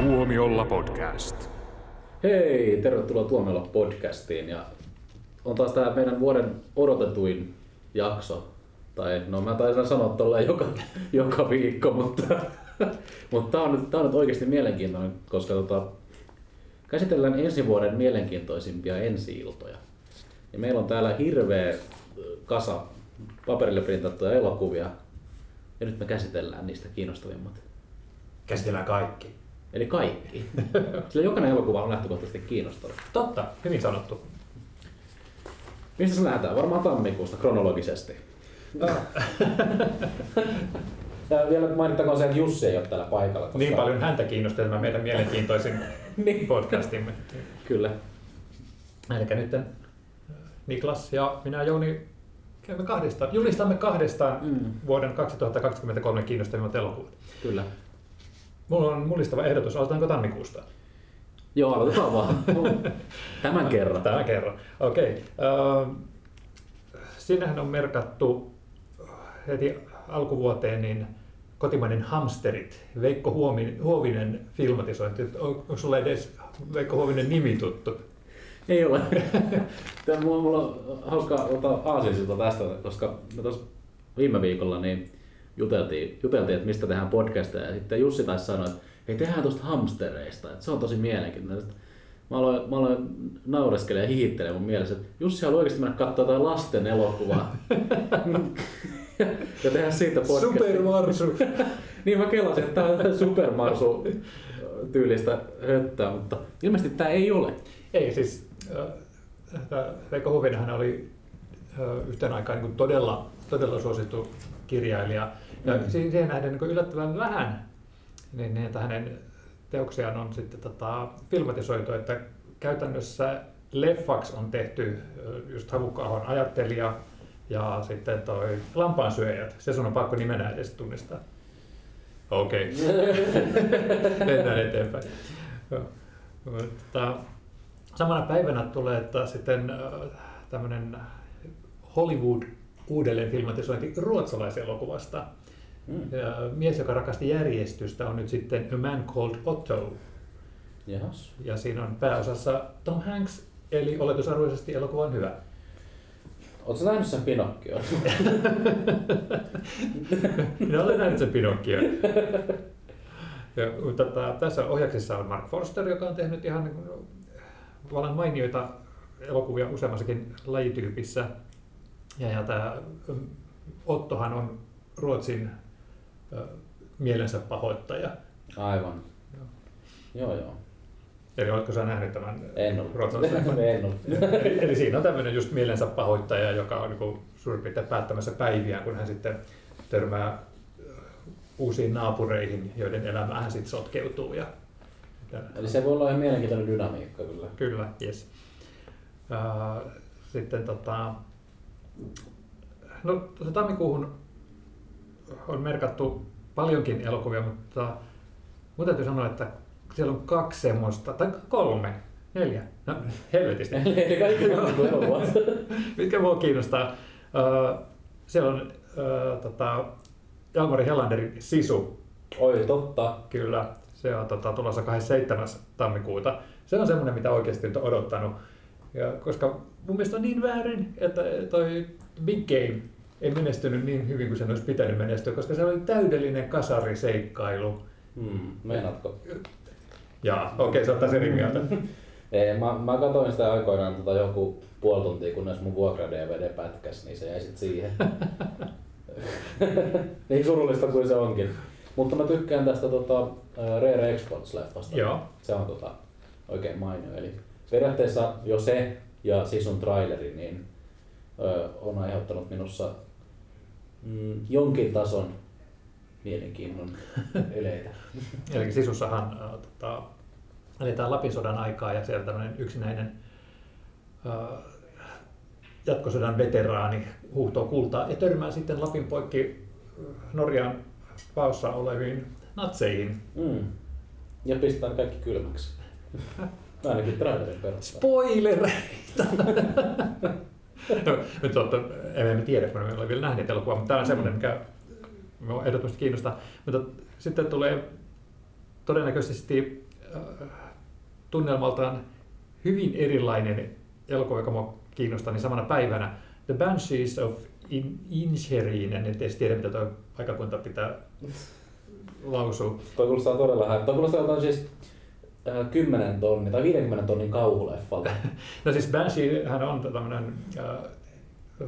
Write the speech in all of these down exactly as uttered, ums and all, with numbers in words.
Tuomiolla podcast. Hei, tervetuloa Tuomiolla podcastiin. Ja on taas tää meidän vuoden odotetuin jakso. Tai no mä taisin sanoa tolleen joka, joka viikko, mutta, mutta tää on, nyt, tää on nyt oikeasti mielenkiintoinen, koska tota, käsitellään ensi vuoden mielenkiintoisimpia ensi-iltoja. Ja meillä on täällä hirveä kasa paperille printattuja elokuvia. Ja nyt me käsitellään niistä kiinnostavimmat. Käsitellään kaikki. Eli kaikki. Sillä jokainen elokuva on lähtökohtaisesti kiinnostava. Totta, hyvin sanottu. Mistä se lähdetään? Varmaan tammikuusta kronologisesti. Ja vielä mainittakoon se, että Jussi ei ole täällä paikalla. Koska... Niin paljon häntä kiinnostaa tämä meidän mielenkiintoisin niin. podcastimme. Kyllä. Eli nyt Niklas ja minä Jouni käymme kahdestaan, julistamme kahdestaan mm. vuoden kaksituhattakaksikymmentäkolme kiinnostavimmat elokuvat. Kyllä. Mulla on mullistava ehdotus. Aloitetaanko tammikuusta? Joo, aloitetaan vaan. Tämän kerran. Tämän kerran. Okei. Okay. Uh, sinnehän on merkattu heti alkuvuoteen niin kotimainen Hamsterit. Veikko Huovinen filmatisointi. Onko sulla edes Veikko Huovinen nimi tuttu? Ei ole. Tämä mulla on hauska ottaa aasinsilta tästä, koska me tuossa viime viikolla niin juteltiin, juteltiin, että mistä tehdään podcasteja, ja sitten Jussi taisi sanoa, että hei, tehdään tuosta hamstereista, että se on tosi mielenkiintoinen. Mä aloin, mä aloin naureskelemaan ja hihittelemaan mun mielessä, että Jussi haluaa oikeasti mennä katsoa jotain lasten elokuvaa ja tehdä siitä podcastia. Supermarsu! Niin mä kelasin, että tää on Supermarsu tyylistä höttää, mutta ilmeisesti tää ei ole. Ei siis, äh, Veikko Huovinenhan oli äh, yhteen aikaan niin todella, todella suosittu kirjailija. Ja mm. siihen nähden niin yllättävän vähän niin, niin, että hänen teoksiaan on sitten tota, filmatisoitu, että käytännössä leffaksi on tehty just Havukka-ahon Ajattelija ja sitten toi Lampaansyöjät. Se sun on pakko nimenä edes tunnistaa. Okei. Okay. Mennään eteenpäin. Mutta samana päivänä tulee että sitten tämmöinen Hollywood uudelleen filmatisointi ruotsalaiselokuvasta. Mm. Mies, joka rakasti järjestystä, on nyt sitten A Man Called Otto. Yes. Ja siinä on pääosassa Tom Hanks, eli oletusarvoisesti elokuva on hyvä. Oletko nähnyt sen Pinokkion? Minä olen nähnyt sen Pinokkion. Ja, tota, tässä ohjaksissa on Mark Forster, joka on tehnyt ihan vallan mainioita elokuvia useammassakin lajityypissä. Ja, ja tämä Ottohan on Ruotsin ö, mielensä pahoittaja. Aivan. Joo, joo. joo. Eli oletko sä nähnyt tämän ruotsalaisen? En ole. eli, eli siinä on tämmöinen just mielensä pahoittaja, joka on niin suurin piirtein päättämässä päiviään, kun hän sitten törmää uusiin naapureihin, joiden elämään hän sitten sotkeutuu. Ja, ja, eli se voi olla ihan mielenkiintoinen dynamiikka kyllä. Kyllä, yes. Uh, sitten tota, no, tammikuuhun on merkattu paljonkin elokuvia, mutta mun täytyy sanoa, että siellä on kaksi semmoista, tai kolme, neljä, no helvetisti. Eli kaikki on elokuvat. Mitkä mua kiinnostaa. Uh, siellä on uh, tota, Jalmari Helanderin Sisu. Oi, totta. Kyllä, se on tota, tulossa kahdeskymmenesseitsemäs tammikuuta. Se on semmoinen, mitä oikeasti on odottanut. Ja koska mun mielestä on niin väärin, että toi Big Game ei menestynyt niin hyvin kuin sen olisi pitänyt menestyä, koska se oli täydellinen kasariseikkailu. Hmm, meinaatko? Jaa, okei, okay, sä oot taas eri mieltä. Ei, mä, mä katsoin sitä aikoinaan tota joku puoli tuntia, kunnes mun vuokra-D V D pätkäs, niin se jäi sit siihen. Niin surullista kuin se onkin. Mutta mä tykkään tästä tota, Rare Exports-leffasta. Joo. Se on tota, oikein mainio. Eli periaatteessa jo se ja Sisun traileri niin, ö, on aiheuttanut minussa mm, jonkin tason mielenkiinnon eleitä. Eli Sisussahan äh, tota, eletään Lapin sodan aikaa ja siellä tämmöinen yksinäinen äh, jatkosodan veteraani huuhtoo kultaa ja törmää sitten Lapin poikki Norjan paossa oleviin natseihin. Mm. Ja pistää kaikki kylmäksi. Ainakin trailerin perusteella. Spoilereita! No, nyt totta, emme tiedä, kun emme ole vielä nähneet elokuvaa, mutta tämä on semmoinen, mikä minua ehdottomasti kiinnostaa. Mutta sitten tulee todennäköisesti tunnelmaltaan hyvin erilainen elokuva, joka minua kiinnostaa, niin samana päivänä The Banshees of Inisherin, en edes tiedä mitä tuo aikakunta pitää lausua. Toi kuulostaa todella häin. Toi kuulostaa jotain siis äh, kymmenen tonnin tai viidenkymmenen tonnin kauhuleffalta. No siis Banshee hän on tämmöinen äh,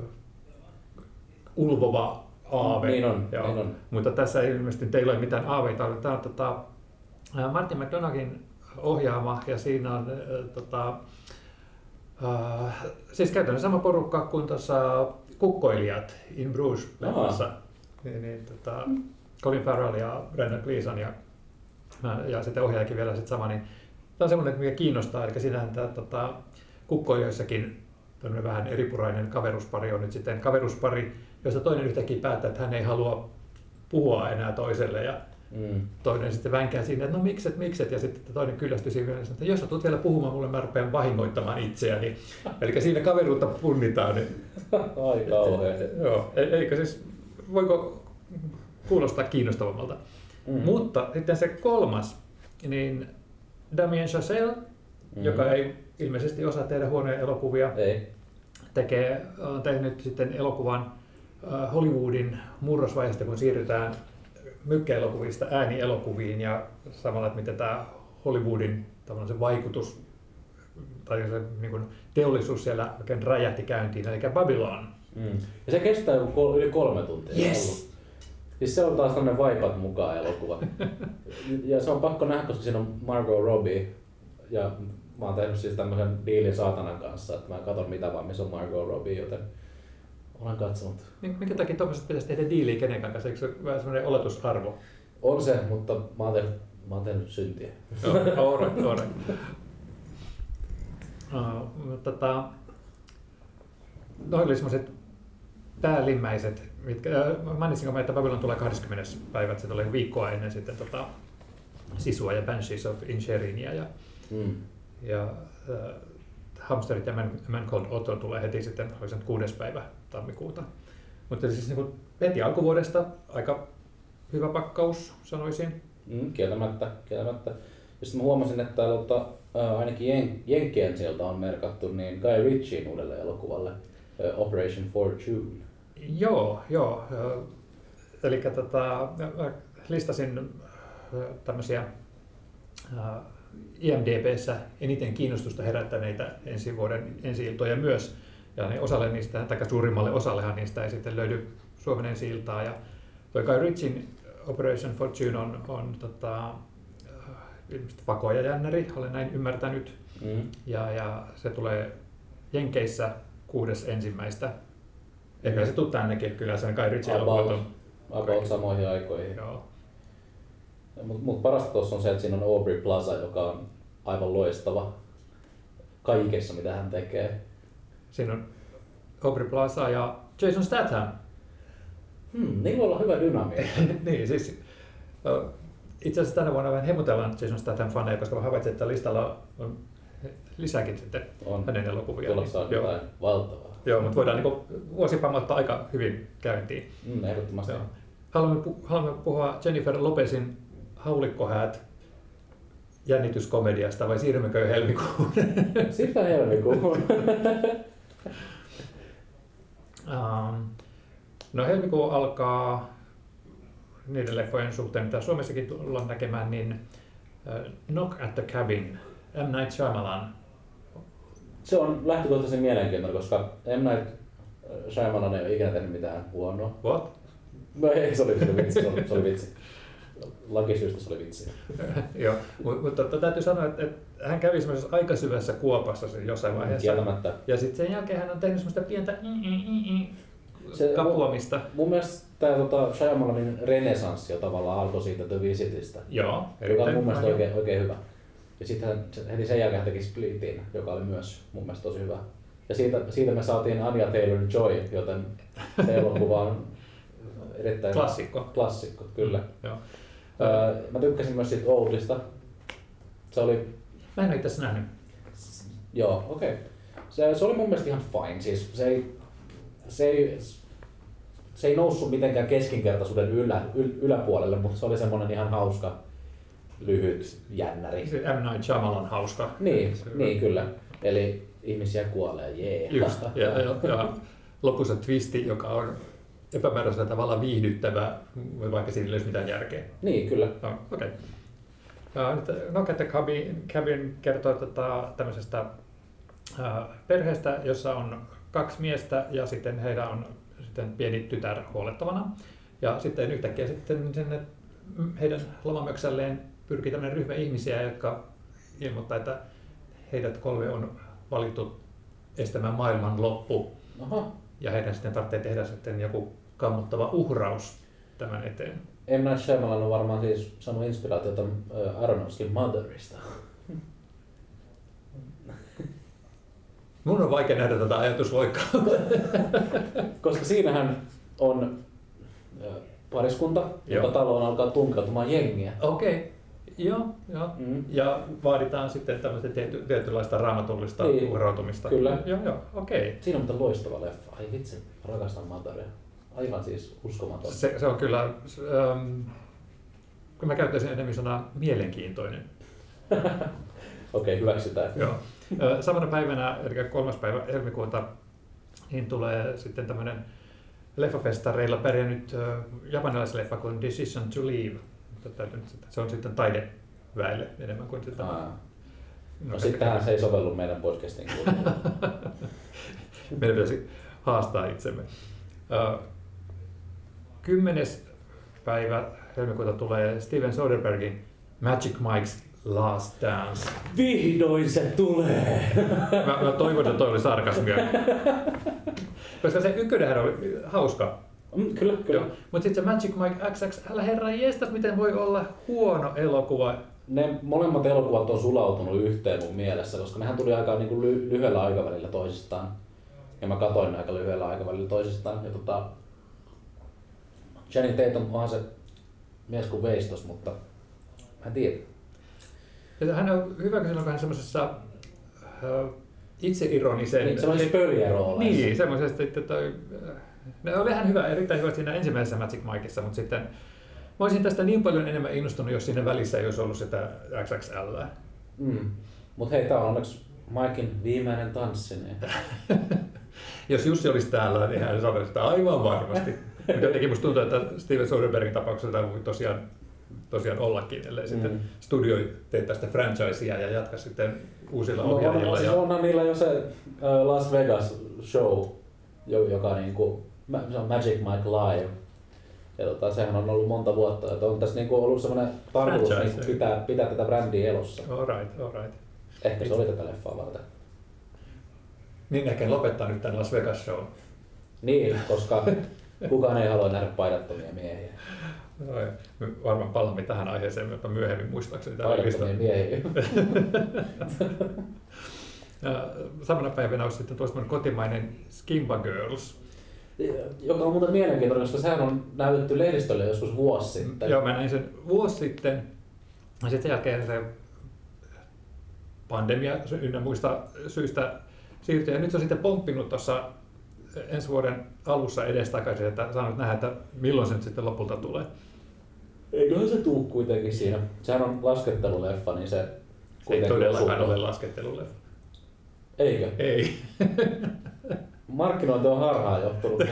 ulvova aave. Niin on, Joo. niin on. Mutta tässä ei ilmeisesti teillä ole mitään aaveita. Tämä on tota, Martin McDonaghyn ohjaama ja siinä on äh, tota, äh, siis käytännössä sama porukka kuin tuossa Kukkoilijat in Bruges-leffassa. Niin, niin, tota, Colin Farrell ja Brendan Gleeson ja, ja sitten ohjaajakin vielä sit sama. Niin, tämä on semmoinen, mikä kiinnostaa. Eli siinähän tämä tota, Kukkoilijoissakin vähän eripurainen kaveruspari on nyt sitten kaveruspari, josta toinen yhtäkkiä päättää, että hän ei halua puhua enää toiselle. Ja mm. toinen sitten vänkää siinä, että no mikset, mikset. Ja sitten toinen kyllästyy siinä, että jos sä tulet vielä puhumaan mulle, mä rupean vahingoittamaan itseäni. Eli siinä kaveruutta punnitaan. Ai kauhean. Joo, eikö siis, voiko kuulostaa kiinnostavammalta. Mm. Mutta sitten se kolmas, niin Damien Chazelle, mm. joka ei ilmeisesti osaa tehdä huonoja elokuvia, ei. tekee, on tehnyt sitten elokuvan Hollywoodin murrosvaiheesta, kun siirrytään mykkäelokuvista äänielokuviin ja samalla, että miten tämä Hollywoodin se vaikutus tai se niin kuin teollisuus siellä oikein räjähti käyntiin, eli Babylon. Mm. Ja se kestää joku yli kolme tuntia. Yes. Siis se on taas tämmöinen vaipat mukaan elokuva. Ja se on pakko nähdä, koska siinä on Margot Robbie. Ja mä oon tehnyt siis tämmöisen diilin saatanan kanssa, että mä katson mitä vaan, missä on Margot Robbie, joten olen katsonut. Minkä takia tuommoiset pitäisi tehdä diiliä kenenkään kanssa? Eikö se ole vähän semmoinen oletusarvo? On se, mutta mä oon tehnyt, mä oon tehnyt syntiä. Joo, alright, alright. Uh, tota, noi oli semmoiset päällimmäiset, mitkä, äh, mainitsinko mä, että Babylon tulee kahdeskymmenes päivä, se tulee viikkoa ennen sitten tota, Sisua ja Banshees of Inisherinia ja, mm. ja äh, Hamsterit ja Man, Man Called Otto tulee heti sitten, oli se kuudes päivä tammikuuta. Mutta siis niin kuin heti alkuvuodesta aika hyvä pakkaus, sanoisin. Mm, kieltämättä, kieltämättä. Ja sitten mä huomasin, että tota, äh, ainakin Jen- Jenkkien sieltä on merkattu niin Guy Ritchien uudelle elokuvalle äh, Operation Fortune. Joo, joo. Eli tota, listasin tämmöisiä I M D B:ssä eniten kiinnostusta herättäneitä ensi vuoden ensi-iltoja myös. Ja niin osalle niistä, tai suurimmalle osallehan niistä ei sitten löydy Suomen ensi-iltaa. Ja toi Guy Ritchien Operation Fortune on, on tota, ilmeisesti vakoja jännäri, olen näin ymmärtänyt. Mm. Ja, ja se tulee Jenkeissä kuudes ensimmäistä. Eikä se tule tännekin, kyllä se on Guy Ritchien elokuvat on. About samoihin aikoihin. Joo. Mutta mut parasta tuossa on se, että siinä on Aubrey Plaza, joka on aivan loistava kaikessa, mitä hän tekee. Siinä on Aubrey Plaza ja Jason Statham. Hmm, niillä voi olla hyvä dynamiikka. Niin, siis itse asiassa tänä vuonna vähän hemutellaan Jason Statham-faneja, koska mä havaitsin, että listalla on lisääkin sitten on hänen elokuviaan. Tulossa on jotain valtavaa. Joo, mutta voidaan niin vuosi pamottaa aika hyvin käyntiin. Mm, ehdottomasti. Joo. Haluamme, pu- haluamme puhua Jennifer Lopezin Haulikkohäät jännityskomediasta vai siirrymmekö helmikuun? Siirrytään helmikuun. um, no helmikuu alkaa niiden leffojen suhteen, mitä Suomessakin tullaan näkemään, niin uh, Knock at the Cabin, M. Night Shyamalan. Se on lähtökohtaisen mielenkiintoinen, koska M. Night Shyamalan ei ole ikinä tehnyt mitään huonoa. What? No ei, se oli, se oli vitsi. Se oli, se oli vitsi. Lakisyystä se oli vitsi. Joo, mutta täytyy sanoa, että, että hän kävi semmoisessa aika syvässä kuopassa jossain vaiheessa. Kieltämättä. Ja sitten sen jälkeen hän on tehnyt semmoista pientä se, kapuamista. Mun mielestä tämä tota, Shyamalanin renesanssi jo tavallaan alkoi siitä The Visitistä. Joo. Joka oli mun mielestä oikein, oikein hyvä. Ja sitten heti sen jälkeen hän teki Splitin, joka oli myös mun mielestä tosi hyvä. Ja siitä, siitä me saatiin Anya Taylor-Joy, joten se elokuva on erittäin klassikko. Klassikko, kyllä. Mm, joo. Öö, mä tykkäsin myös siitä Oldista. Se oli... Mä en ole itse asiassa nähnyt. Joo, okei. Okay. Se, se oli mun mielestä ihan fine. Siis se ei, se ei, se ei noussut mitenkään keskinkertaisuuden ylä, yl, yläpuolelle, mutta se oli semmoinen ihan hauska, lyhyt jännäri. Se M. Night Shyamalan hauska. Niin, niin kyllä. Eli ihmisiä kuolee, jee. Just, ja, ja, ja lopussa twisti, joka on epämääräisellä tavalla viihdyttävä, vaikka siinä ei olisi mitään järkeä. Niin, kyllä. No, okei. Okay. No Cat Cabin, Cabin kertoo tota, tämmöisestä ää, perheestä, jossa on kaksi miestä ja sitten heillä on sitten pieni tytär huolettavana. Ja sitten yhtäkkiä sitten sinne heidän lomamöksälleen pyrkii tämmöinen ryhmä ihmisiä, jotka ilmoittaa, että heidät kolme on valittu estämään maailman loppu. Aha. Ja heidän sitten tarvitsee tehdä sitten joku kammottava uhraus tämän eteen. M. Night Shyamalan on varmaan siis saanut inspiraatiota äh, Aronofskin Motherista. Mun on vaikea nähdä tätä ajatusvoikkaa. Koska siinähän on äh, pariskunta, joka taloon alkaa tunkeutumaan jengiä. Okei, okay. Joo, joo. Mm. Ja vaaditaan sitten tämmöistä tiety, tietynlaista raamatullista niin. uhrautumista. Kyllä. Joo, joo, okei. Okay. Siinä on mutta loistava leffa. Ai vitsi, rakastan Motheria. Aivan siis uskomaton. Se, se on kyllä, ähm, kun mä käyttäisin enemmän sanaa mielenkiintoinen. Okei, okay, hyväksytään. Joo. Samana päivänä, eli kolmas päivä helmikuuta, niin tulee sitten tämmöinen leffafestareilla pärjännyt japanilaisleffa kuin Decision to Leave. Se on sitten taideväelle enemmän kuin sitä. Aa. No sittenhän se ei sovellu meidän podcastin kuunnella. Meidän pitäisi haastaa itsemme. Kymmenes päivä helmikuuta tulee Steven Soderberghin Magic Mike's Last Dance. Vihdoin se tulee! Mä, mä toivon, että toi oli sarkasmia. Koska se ykkönenhän oli hauska. Mm, kyllä, kyllä. Mutta sitten se Magic Mike X X L, herra jestas, miten voi olla huono elokuva. Ne molemmat elokuvat on sulautunut yhteen mun mielessä, koska nehän tuli aika niin kuin ly- lyhyellä aikavälillä toisistaan. Ja mä katoin ne aika lyhyellä aikavälillä toisistaan. Ja tota, Channing Tatum onhan se mies kuin veistos, mutta mä en tiedä. Ja hän on hyvä, kun hän on semmoisessa äh, itseironisen... Niin, semmoisessa pöljärooleissa. Niin, semmoisesta, että toi... Ne oli ihan hyvä, erittäin hyvä siinä ensimmäisessä Magic Mikeissa, mutta sitten mä olisin tästä niin paljon enemmän innostunut, jos siinä välissä ei olisi ollut sitä X X L. Mm. Mutta hei, tää on onneksi Mikein viimeinen tanssi. Niin. Jos Jussi olisi täällä, niin hän sanoi sitä aivan varmasti. Mutta jotenkin musta tuntuu, että Steven Soderberghin tapauksessa tämä voi tosiaan, tosiaan ollakin, ellei mm. sitten studio tee tästä franchisea ja jatka sitten uusilla no, ohjaajilla. On, siis ja... onhan niillä jo se uh, Las Vegas show, joka niinku, se on Magic Mike Live. Ja tota, sehän on ollut monta vuotta, että on tässä niinku ollut semmoinen tarkoitus niinku pitää, pitää tätä brändiä elossa. All right, all right. Ehkä se oli tätä leffaa varten. Niin ehkä lopettaa nyt tämän Las Vegas show. Niin, koska kukaan ei halua nähdä paidattomia miehiä. No, me varmaan palaamme tähän aiheeseen, mutta myöhemmin muistaakseni tämä Paidattomia miehiä. Samana päivänä olisi sitten tuossa kotimainen Skimba Girls. Joka on muuten mielenkiintoinen, koska sehän on näytetty lehdistölle joskus vuosi sitten. Joo, mä näin sen vuosi sitten. Ja sitten sen jälkeen se pandemia ynnä muista syistä siirtyi. Ja nyt se on sitten pomppinut tuossa ensi vuoden alussa edestakaisin, että saanut nähdä, että milloin se nyt sitten lopulta tulee. Eiköhän se tuu kuitenkin siinä. Sehän on lasketteluleffa, niin se ei todellakaan ole lasketteluleffa. Eikö? Ei. Markkinointi on harhaan johtunut.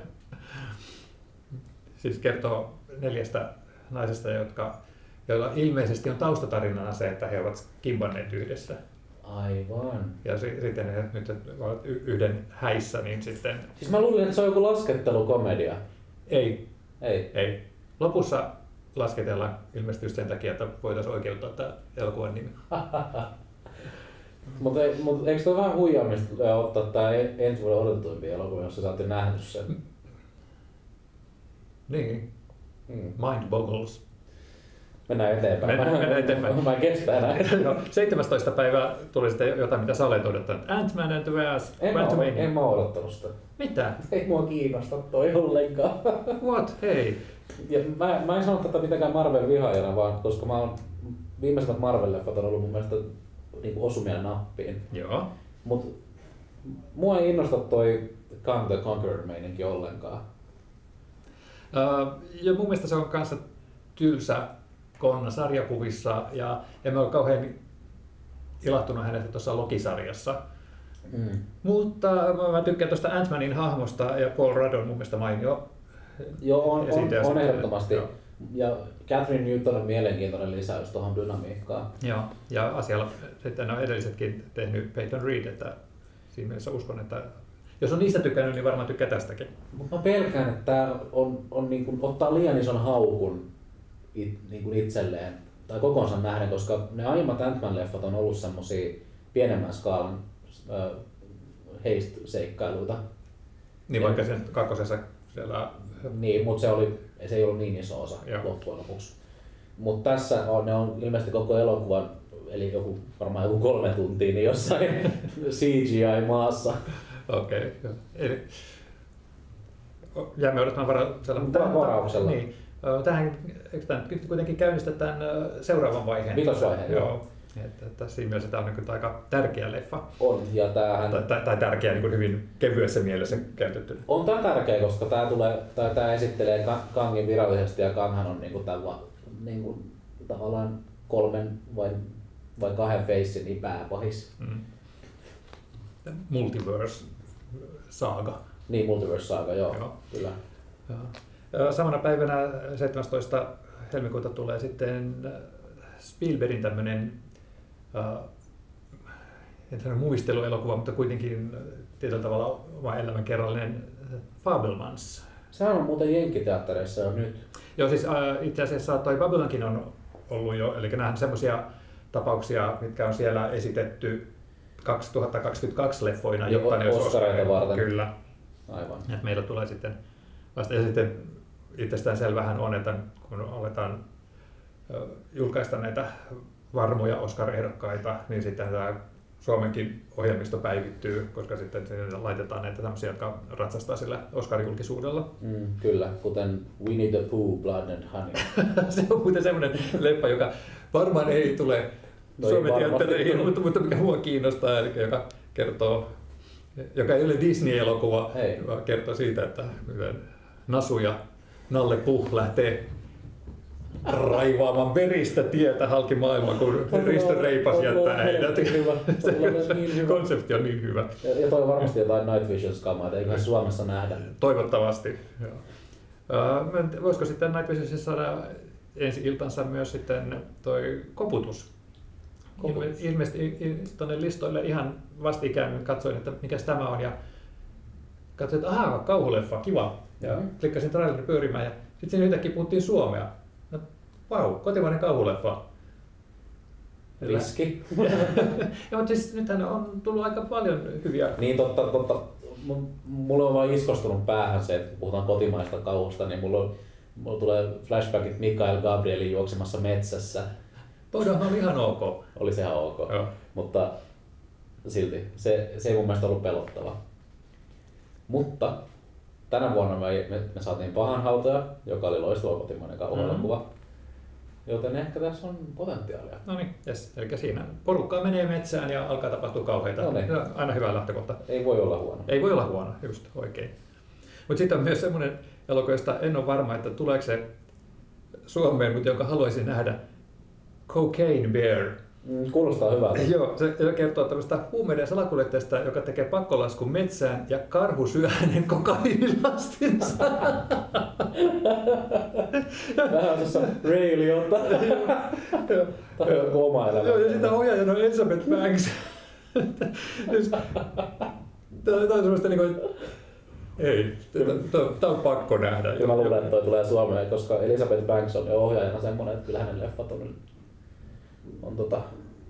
Siis kertoo neljästä naisesta, jotka, joilla ilmeisesti on taustatarinana se, että he ovat kimbanneet yhdessä. Aivan. Ja si- sitten he nyt ovat y- yhden häissä, niin sitten... Siis mä luulin, että se on joku laskettelukomedia. Ei. Ei. Ei. Lopussa lasketellaan ilmeisesti just sen takia, että voitaisiin oikeuttaa tämä elokuvan nimi. Mutta mut, eikö toi vähän huijaamista ottaa tää ensi vuoden odotetuimpia elokuvia, jos sä saatte nähnyt sen? Niin. Hmm. Mind boggles. Mennään eteenpäin. Mennään, mennään eteenpäin. Mä en kestä enää. No, seitsemästoista päivää tuli sitten jotain, mitä sä olet odottanut. Ant-Man and the Wasp. En, mä, en mä odottanut sitä. Mitä? Ei mua kiinnosta toi ollenkaan. What? Hei. Ja mä, mä en sano tätä mitenkään Marvel-vihaajana, vaan koska mä oon viimeisimmät Marvel-leffat on ollut mun mielestä niinku osumia nappiin. Joo. Mut mua ei innosta toi Kang the Conqueror-meininki ollenkaan. Uh, ja mun mielestä se on kanssa tylsä Con sarjakuvissa ja en ole kauhean ilahtunut hänestä tuossa Loki-sarjassa. Mm. Mutta mä tykkään tuosta Ant-Manin hahmosta ja Paul Rudd on mun mielestä mainio. Joo, on, on, on ehdottomasti. Joo. Ja Catherine Newton on mielenkiintoinen lisäys tuohon dynamiikkaan. Joo, ja asialla sitten on edellisetkin tehnyt Peyton Reed, että siinä mielessä uskon, että jos on niistä tykännyt, niin varmaan tykkää tästäkin. Mutta mä pelkään, että tämä on, on niin kuin, ottaa liian ison haukun it, niin kuin itselleen tai kokonsa nähden, koska ne aiemmat Ant-Man-leffat on ollut semmosia pienemmän skaalan äh, heist-seikkailuita. Niin vaikka sen kakkosessa siellä... Niin, mutta se, oli, se ei ollut niin iso osa Joo. loppujen lopuksi. Mutta tässä on, ne on ilmeisesti koko elokuvan, eli joku, varmaan joku kolme tuntia, niin jossain C G I-maassa. Okei, okay, eli jäämme odottamaan varauksella. Tähän, varauksella. Niin, tähän, eikö tämä kuitenkin käynnistetään seuraavan vaiheen? Vitosvaiheen, joo. joo. Että, että siinä mielessä tämä on niin aika tärkeä leffa. On, ja tämähän... Tai, tai, tai tärkeä niin hyvin kevyessä mielessä käytetty. On tämä tärkeä, koska tämä, tulee, tai tämä esittelee Kangin virallisesti, ja Kanghan on niin kuin tämän, niin kuin, tavallaan kolmen vai, vai kahden feissin niin pääpahis. Mm. Multiverse-saaga. Niin, Multiverse-saaga, joo. joo. Kyllä. Joo. Samana päivänä seitsemästoista helmikuuta tulee sitten Spielbergin tämmöinen uh, muisteluelokuva, mutta kuitenkin tietyllä tavalla oma elämänkerrallinen Fabelmans. Sehän on muuten jenkkiteattereissa jo nyt. Joo, siis uh, itse asiassa toi Babylonkin on ollut jo, eli nähdään semmoisia tapauksia, mitkä on siellä esitetty kaksituhattakaksikymmentäkaksi leffoina. Jopa ne Oscareita varten. Kyllä. Aivan. Et meillä tulee sitten vasta, ja sitten itsestäänselvähän on, että kun aletaan julkaista näitä varmoja Oscar-ehdokkaita, niin sitten tämä Suomenkin ohjelmisto päivittyy, koska sitten laitetaan näitä tämmöisiä, jotka ratsastaa sillä Oscar-julkisuudella. Mm, kyllä, kuten Winnie the Pooh, Blood and Honey. Se on muuten semmoinen leffa, joka varmaan ei tule Suomen teattereihin, mutta, mutta mikä mua kiinnostaa, eli joka kertoo, joka ei ole Disney-elokuva, ei. vaan kertoo siitä, että miten Nasu ja Nalle Puh lähtee raivaamaan veristä tietä halki maailmaa, kun Risto Reipas jättää heidät. Se konsepti on niin hyvä. Ja, ja toi on varmasti jotain Night Visions-kamaa, eiköhän Suomessa nähdä. Toivottavasti. Joo. Uh, voisiko sitten Night Visionsissa saada ensi iltansa myös sitten toi Koputus? Koputus. Ilmeisesti tuonne listoille ihan vastikään katsoin, että mikäs tämä on, ja katsoin, että ahaa, kauhuleffa, kiva. Ja mm-hmm. klikkasin trailerin pyörimään, ja sitten siinä yhtäkkiä puhuttiin suomea. No, vau, kotimainen kauhuleffa. Riski. Ja, mutta siis nythän on tullut aika paljon hyviä. Niin totta, totta. Mulla on vaan iskostunut päähän se, että kun puhutaan kotimaista kauhusta, niin mulla, on, mulla tulee flashbackit Mikael Gabrielin juoksemassa metsässä. Toidahan on ihan ok. Oli se ihan ok, joo. Mutta silti se, se ei mun mielestä ollut pelottava. Mutta tänä vuonna me, me, me saatiin Pahanhautoja, joka oli loistava kotimainen kauhuelokuva. Mm-hmm. Joten ehkä tässä on potentiaalia. No niin, yes. Eli siinä porukkaa menee metsään ja alkaa tapahtua kauheita. No niin. Aina hyvä lähtökohta. Ei voi olla huono. Ei voi olla huono, just oikein. Mutta sitten on myös semmoinen elokuva, josta en ole varma, että tuleeko se Suomeen, mutta jonka haluaisin nähdä. Cocaine Bear. Mm, kuulostaa hyvältä. Joo, se kertoo tämmöistä huumeiden salakuljettajasta, joka tekee pakkolaskun metsään ja karhu syö hänen kokainilastinsa. Vähän tuossa Ray-Liota. Tai joku oma elämä. Joo, ja sitä ohjaajana on Elizabeth Banks. Tämä on semmoista niin kuin, ei, tämä on pakko nähdä. Kyllä mä luulen, että toi tulee Suomeen, koska Elizabeth Banks on jo ohjaajana semmoinen, että kyllä hänen leffat on, on tota...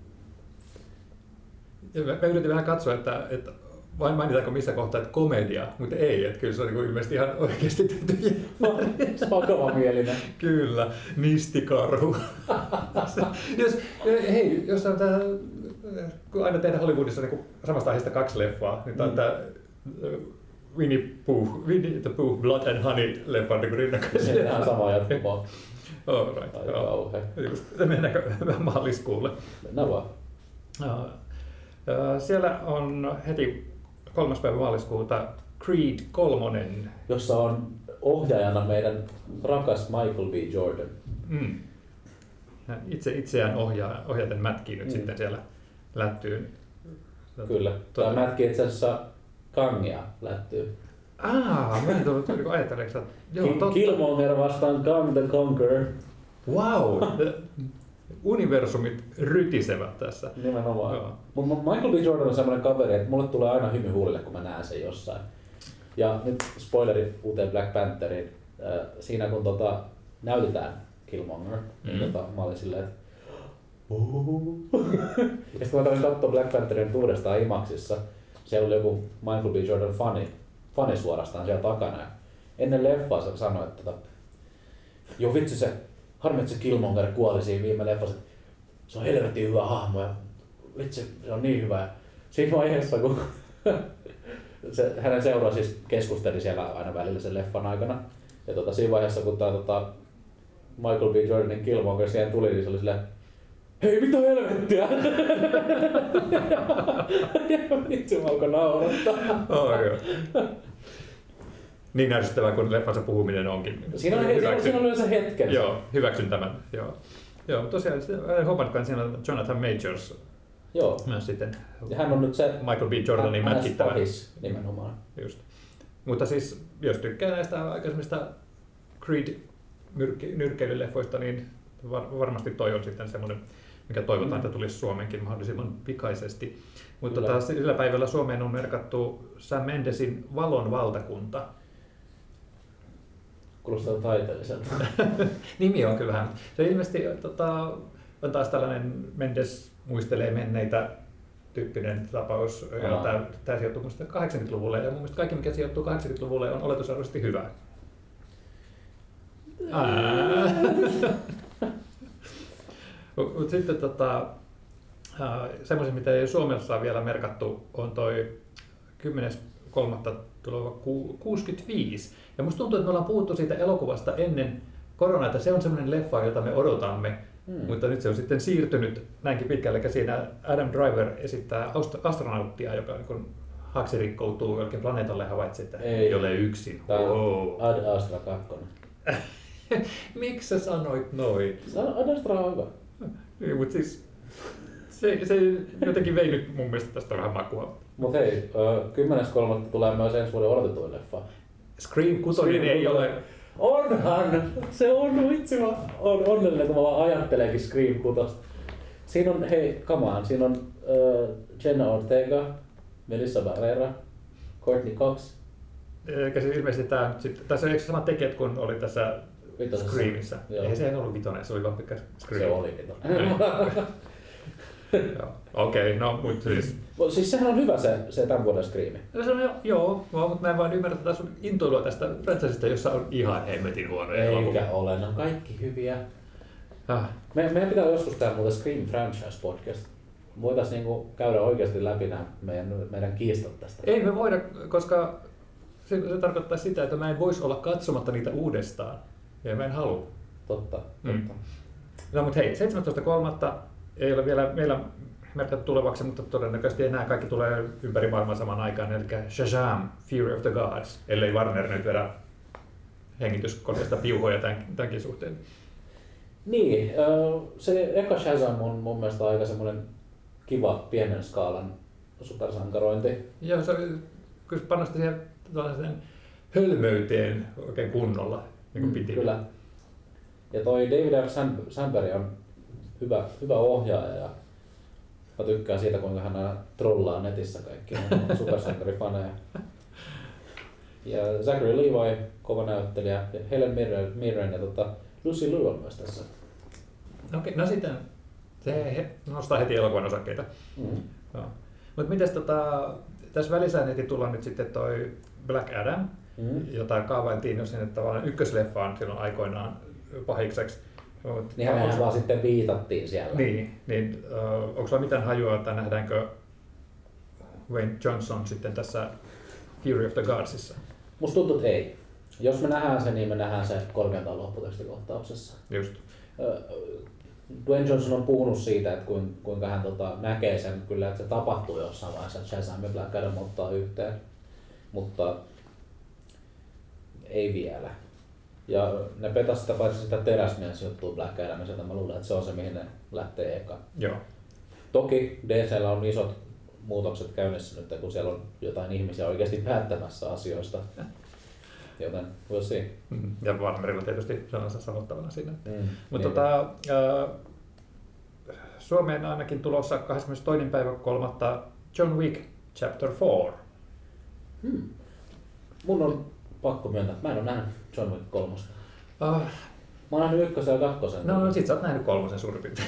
Mä yritin vähän katsoa, että, että vain mainitaanko missä kohtaa, että komedia, mutta ei, että kyllä se on niin ilmeisesti ihan oikeasti tehty. Vakavamielinen. Kyllä, nistikarhu. jos, hei, jos on tää, kun aina tehdään Hollywoodissa niin samasta aiheesta kaksi leffaa, niin tämä on mm. tämä Winnie Pooh, Winnie the Pooh, Blood and Honey leffan niin rinnakkaisia. Se on sama jatkumaa. All right. Aika kauhea. Mennäänkö maaliskuulle? Mennään vaan. No. Siellä on heti kolmas päivä maaliskuuta Creed kolmonen. Jossa on ohjaajana meidän rakas Michael B. Jordan. Mm. itse itseään ohjaa, ohjaten mätkii nyt Mm. sitten siellä lättyyn. Kyllä. Tämä mätki itse asiassa Kangia lättyy. Aa, mä en tullut niin ajatteleeksi, että joo, Ki- totta. Killmonger vastaan Kang the Conqueror. Wow! Universumit rytisevät tässä. Nimenomaan. Joo. Mut Michael B. Jordan on semmoinen kaveri, että mulle tulee aina hymy huulille, kun mä näen sen jossain. Ja nyt spoileri uuteen Black Pantheriin. Äh, siinä kun tota, näytetään Killmonger, niin Mm. tota, mä olin silleen, että ja sitten mä kävin katsoa Black Pantherin uudestaan IMAXissa. Siellä oli joku Michael B. Jordan fani, fani suorastaan siellä takana. Ja ennen leffaa se sanoi, että tota, joo vitsi se, harmi että se Killmonger kuoli siinä viime leffassa. Se on helvetin hyvä hahmo ja vitsi se on niin hyvä. Ja siinä vaiheessa kun se, hänen seuraa siis keskusteli siellä aina välillä sen leffan aikana. Ja tota, siinä vaiheessa kun tää tota, Michael B. Jordanin Killmonger siihen tuli, niin se oli silleen, hei mitä helvettiä! Ja vitsi mä alkoi naurattaa. Oh, joo. Niin ärsyttävää kuin leffansa puhuminen onkin. Siinä on, Hyväksyn... siinä on yleensä hetken. Joo, hyväksyn tämän. Joo, joo tosiaan en huomannutkaan, että siinä on Jonathan Majors Joo. myös sitten. Ja hän on nyt se Michael B. Jordanin mätkittävä. pahis nimenomaan. Just. Mutta siis, jos tykkää näistä aikaisemmista Creed-nyrkkeilyleffoista, niin var- varmasti toi on sitten semmoinen, mikä toivotaan, mm. että tulisi Suomenkin mahdollisimman pikaisesti. Mutta taas sillä päivällä Suomeen on merkattu Sam Mendesin Valon valtakunta. Kuulostaa taiteelliselta. Nimi on kyllä vähän. Se ilmeisesti tota, on taas tällainen Mendes muistelee menneitä tyyppinen tapaus. Ja tämä, tämä sijoittuu minusta kahdeksankymmentäluvulle ja mun mielestä kaikki mikä sijoittuu kahdeksankymmentäluvulle on oletusarvoisesti hyvä. Mutta sitten tota, semmoisen, mitä ei Suomessa on vielä merkattu, on toi kymmenes kolmatta tuleva kuusikymmentäviisi. Ja musta tuntuu, että me ollaan puhuttu siitä elokuvasta ennen koronaa, että se on semmoinen leffa, jota me odotamme. Hmm. Mutta nyt se on sitten siirtynyt näinkin pitkälle, että siinä Adam Driver esittää astronauttia, joka niin haaksi rikkoutuu jollekin planeetalle ja havaitsee, että ei, ei ole yksin. Tämä on Ad Astra kaksi. Miksi sä sanoit noin? Ad Astra on hyvä. Niin, mutta siis se, se jotenkin vei nyt mun mielestä tästä vähän makua. Mut hei, kymmenes kolmatta tulee myös ensi vuoden odotetuin leffa. Scream kuusi ei ole... Onhan! Se on vitsi, mä oon onnellinen, kun mä vaan ajattelenkin Scream kuusi. Siinä on, hei, come on, siinä on uh, Jenna Ortega, Melissa Barrera, Courtney Cox. Eikä se ilmeisesti tää nyt sit, tässä on sama tekijät kuin oli tässä Vitosessa. Screamissa. Ei se ei ollut vitonen, se oli vaan pikka Scream. Se oli vitonen. Okei, okay, no mutta siis... Siis sehän on hyvä se, se tämän vuoden Scream. No, se on, joo, mutta mä en vaan ymmärrä tätä sun intoilua tästä franchisesta, jossa on ihan hemmetin huonoja elokuvia. Eikä ole, ne on kaikki hyviä. Ah. Me, meidän pitää joskus tehdä muuten Scream Franchise Podcast. Voitaisiin niinku käydä oikeasti läpi nämä meidän, meidän kiistat tästä. Ei me voida, koska se, se tarkoittaa sitä, että mä en voisi olla katsomatta niitä uudestaan. Ja mä en halua. Totta, totta. Mm. No mutta hei, seitsemästoista kolmatta ei ole vielä meillä merkattu tulevaksi, mutta todennäköisesti enää kaikki tulee ympäri maailmaa samaan aikaan, eli Shazam! Fury of the Gods, ellei Warner nyt vedä hengityskoneesta piuhoja tämän, tämänkin suhteen. Niin, se eka Shazam on mun mielestä aika semmoinen kiva pienen skaalan supersankarointi. Joo, se kyllä panosti siihen tällaiseen hölmöyteen oikein kunnolla, niin kuin piti. Kyllä. Ja toi David F. Sandberg on hyvä, hyvä ohjaaja ja mä tykkään siitä, kuinka hän aina trollaa netissä kaikkia supersankarifaneja. Ja Zachary Levi, kova näyttelijä, ja Helen Mirren, Mirren ja tota, Lucy Liu on myös tässä. Okei, no sitten se nostaa heti elokuvan osakkeita. Mm. No. Mutta mites tota, tässä välissä heti tullaan nyt sitten toi Black Adam, mm. jota kaavailtiin jo sinne tavallaan ykkösleffaan silloin aikoinaan pahikseksi. Niin hänhän vaan sitten viitattiin siellä. Niin, niin uh, onko sulla mitään hajua, että nähdäänkö Wayne Johnson sitten tässä Fury of the Godsissa? Musta tuntuu, että ei. Jos me nähdään se, niin me nähdään se korkeintaan lopputekstikohtauksessa. Just. Dwayne Johnson on puhunut siitä, että kuinka hän tota, näkee sen kyllä, että se tapahtuu jossain vaiheessa, että Shazam ja Black Adam ottaa yhteen. Mutta ei vielä. Ja ne petas sitä paitsi sitä teräsmies juttua Black Adamissa, mä luulen, että se on se mihin ne lähtee eka. Joo. Toki D C:llä on isot muutokset käynnissä nyt, kun siellä on jotain ihmisiä oikeasti päättämässä asioista. Joten we'll see. Mm. Ja Warnerilla tietysti sanansa sanottavana siinä. Mm, Mutta niin. tota, äh, Suomeen ainakin tulossa kahdeskymmenestoinen päivä kolmatta John Wick Chapter neljä. Hmm. Mun on pakko myöntää, että mä en ole nähnyt John Wick kolmosta. Uh, Mä oon nähnyt ykkösen ja kakkosen. no sit sä oot nähnyt kolmosen suurin piirtein.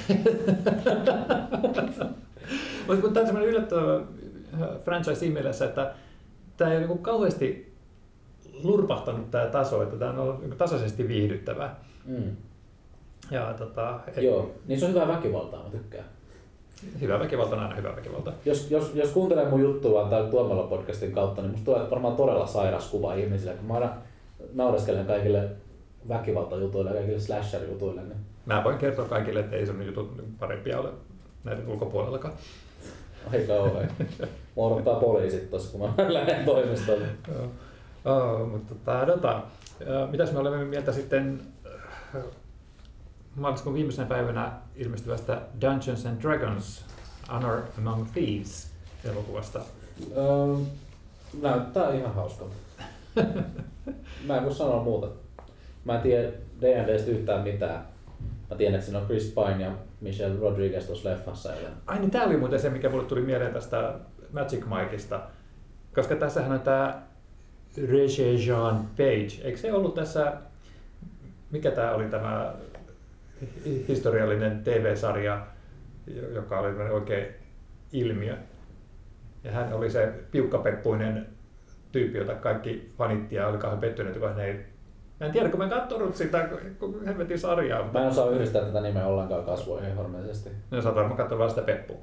Mutta kun tää on semmoinen yllättävä franchise siinä mielessä, että tää ei ole niinku kauheasti lurpahtanut tää taso, että tää on ollut niinku tasaisesti viihdyttävää. Mm. Ja, tota, et, Joo, niin se on hyvää väkivaltaa, mä tykkään. Hyvä väkivalta on aina hyvä väkivalta. Jos, jos, jos kuuntelee mun juttua vaan täällä Tuomella podcastin kautta, niin musta tulee varmaan todella sairas kuva ihmisille, kun mä aina naureskelen kaikille väkivaltajutuille ja kaikille slasher-jutuille. Niin... Mä voin kertoa kaikille, että ei sun jutut parempia ole näiden ulkopuolellakaan. Ai kauhean. Mua odottaa poliisit tossa, kun mä lähden toimistolle. Joo. Oh, mutta tota, dota. Mitäs me olemme mieltä sitten maaliskuun viimeisenä päivänä ilmestyvästä Dungeons and Dragons Honor Among Thieves elokuvasta? Öö, näyttää ihan hauskalta. Mä en voi sanoa muuta. Mä en tiedä D and D:stä yhtään mitään. Mä tiedän, että siinä on Chris Pine ja Michelle Rodriguez tuossa leffassa. Ai niin, tää oli muuten se, mikä mulle tuli mieleen tästä Magic Mikeista. Koska tässähän on tää Regé-Jean Page. Eikö se ollut tässä, mikä tää oli tämä historiallinen T V-sarja, joka oli oikein ilmiö. Ja hän oli se piukkapeppuinen tyyppi, jota kaikki fanitti ja oli kauhean pettyneet, kun hän ei... Mä en tiedä, kun mä en katsonut sitä hemmetin sarjaa. Mutta... Mä en osaa yhdistää tätä nimeä ollenkaan kasvoihin harmillisesti. No sä oot varmaan katsonut vaan sitä peppua.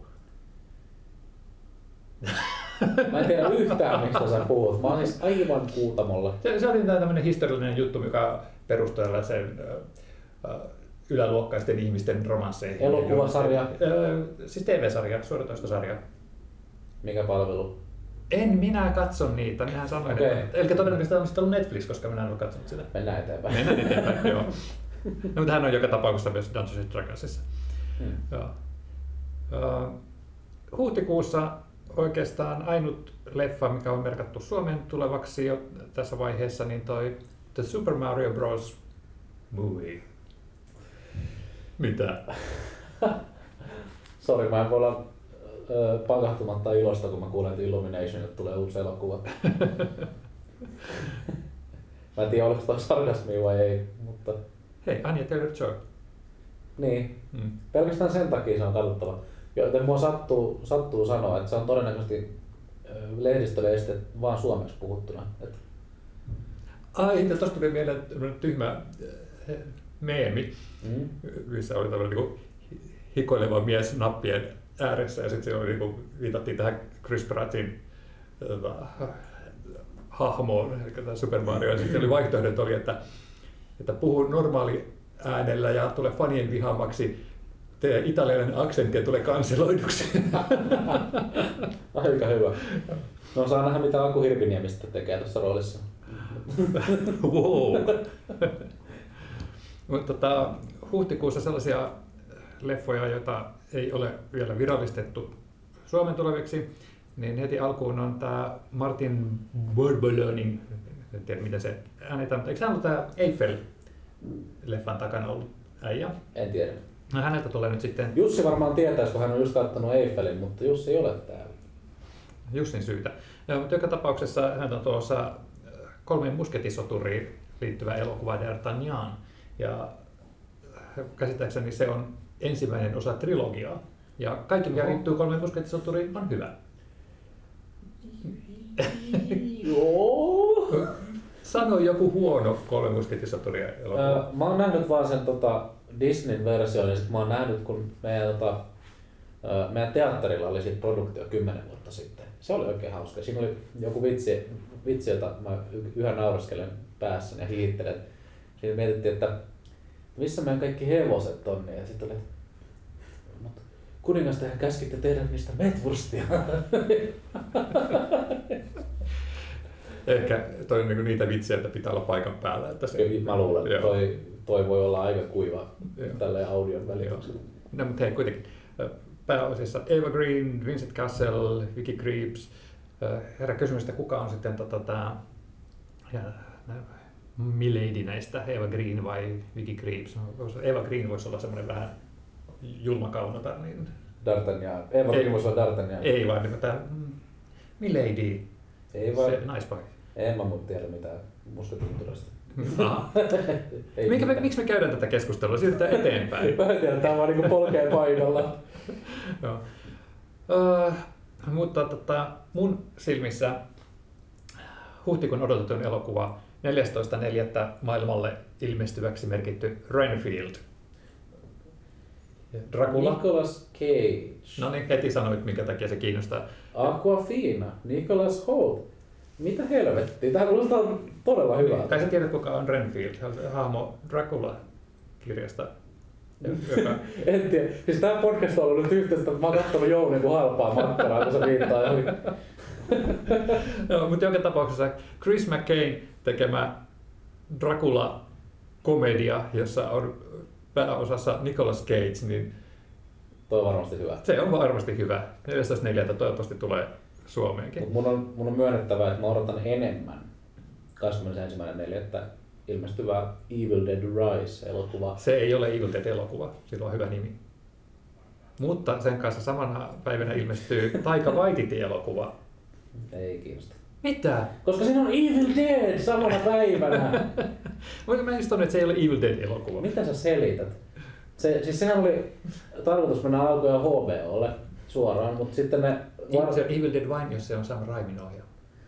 Mä en tiedä yhtään, mistä sä puhut. Mä oon siis aivan kuutamolla. Se, se oli tämmöinen historiallinen juttu, joka perustui tällaiseen äh, yläluokkaisten ihmisten romansseihin. Elokuvasarja? Äh, siis T V-sarja, suoratoistosarja. Mikä palvelu? En minä katso niitä, minähän sanoin. Okay. Että, eli todennäköisesti on sitten ollut Netflix, koska minä en ole katsonut sitä. Mennään eteenpäin. Mennään eteenpäin, joo. No, mutta hän on joka tapauksessa myös Dungeons and Dragonsissa. Hmm. Joo. Uh, huhtikuussa oikeastaan ainut leffa, mikä on merkattu Suomeen tulevaksi jo tässä vaiheessa, niin toi The Super Mario Bros. Movie. Mitä? Sori, mä en voi olla ö, pakahtumatta ilosta, kun mä kuulen, että Illumination, että tulee uusi elokuva. Mä en tiedä, oliko toi sarkasmia vai ei, mutta... Hei, Anya Taylor-Joy. Niin, Mm. pelkästään sen takia se on katsottava. Joten mua sattuu, sattuu sanoa, että se on todennäköisesti lehdistölle estetty vaan suomeksi puhuttuna. Et... Ai, tuosta tuli mieleen tyhmä eh, meemi, Mm. missä oli tämmöinen niin hikoileva mies nappien ääressä ja sitten niin kuin, viitattiin tähän Chris Prattin äh, hahmoon, eli tämä Super Mario, ja sitten oli vaihtoehdot oli, että, että puhu normaali äänellä ja tule fanien vihaamaksi, tee italialainen aksentti ja tule kanseloiduksi. Aika hyvä. No saa nähdä mitä Aku Hirviniemistä tekee tuossa roolissa. Wow. Mutta tota, huhtikuussa sellaisia leffoja, joita ei ole vielä virallistettu Suomen tuleviksi, niin heti alkuun on tämä Martin Borbolonin, en tiedä miten se äänetään, mutta eikö hän ollut tämä Eiffel-leffan takana ollut äijä? En tiedä. No häneltä tulee nyt sitten Jussi varmaan tietäisi, kun hän on just kattonut Eiffelin, mutta Jussi ei ole täällä. Jussin syytä. Ja, mutta joka tapauksessa häneltä on tuossa kolmeen musketisoturiin liittyvä elokuva D'Artagnan. Ja käsittääkseni se on ensimmäinen osa trilogiaa. Ja kaikki, mikä liittyy kolmeen musketisoturiin, on hyvä. Joo. Sano joku huono kolme musketisoturia elokuva. Mä oon nähnyt vaan sen tota, Disneyn version, ja sit mä oon nähnyt, kun meidän, tota, meidän teatterilla oli sit produktio kymmenen vuotta sitten. Se oli oikein hauska. Siinä oli joku vitsi, vitsi jota mä yhä nauraskelen päässäni ja hiihittelen. Siinä mietittiin, että missä meidän kaikki hevoset on, ja sitten oli, mutta kuningastajan käskitte tehdä niistä metwurstia. Ehkä toi on niinku niitä vitsejä, että pitää olla paikan päällä. Että se, Kyllä, mä luulen, että toi, toi voi olla aika kuiva tälleen audion välityksellä. No mutta hei kuitenkin. Pääosissa Eva Green, Vincent Cassel, Vicky Krieps. Herra kysymys, että kuka on sitten tota, tää, Milady näistä, Eva Green vai Vicky Krieps? Eva Green voisi olla semmoinen vähän julma kaunotar. Niin... D'Artagnan. Eva Green voisi olla D'Artagnan. Ei vaan, niin tämä Milady. Ei vaan. Se naispaikka. En mä muuta tiedä mitään mustatunturasta. Minkä me, miksi me käydään tätä keskustelua? Siirrytään eteenpäin. Mä en tiedä, tää on vaan niinku polkeen paikalla. Joo. Uh, mutta tota, mun silmissä huhtikuun odotetun elokuva neljästoista neljättä maailmalle ilmestyväksi merkitty Renfield. Dracula. Nicolas Cage. No niin, heti sanoit, minkä takia se kiinnostaa. Aquafina. Nicolas Hoult. Mitä helvettiä? Tää kuulostaa todella hyvää. Kai sä tiedät, kuka on Renfield, hahmo Dracula-kirjasta. Joka... En tiedä. Siis tää podcast on ollut nyt yhteistä, että mä oon kattonut Jounin kuin halpaa makkaraa, kun se viittaa johonkin. No, mutta joka tapauksessa Chris McCain tekemä Dracula-komedia, jossa on pääosassa Nicolas Cage, niin toi on varmasti hyvä. Se on varmasti hyvä. neljästoista neljättä toivottavasti tulee Suomeenkin. Mut mun on, mun on myönnettävä, että mä odotan enemmän kahdeskymmenesensimmäinen neljättä ilmestyvää Evil Dead Rise-elokuvaa. Se ei ole Evil Dead-elokuva, sillä on hyvä nimi. Mutta sen kanssa samana päivänä ilmestyy Taika Waititi-elokuva. Ei kiinnosta. Mitä? Koska siinä on Evil Dead samana päivänä. Mä just sanon, että se ei ole Evil Dead-elokuva. Mitä sä selität? Se, siis sehän oli tarkoitus mennä alkuja H B O:lle suoraan, mutta sitten ne... Var... Se on Evil Dead vain, jos se on Sam Raimin ohjaama.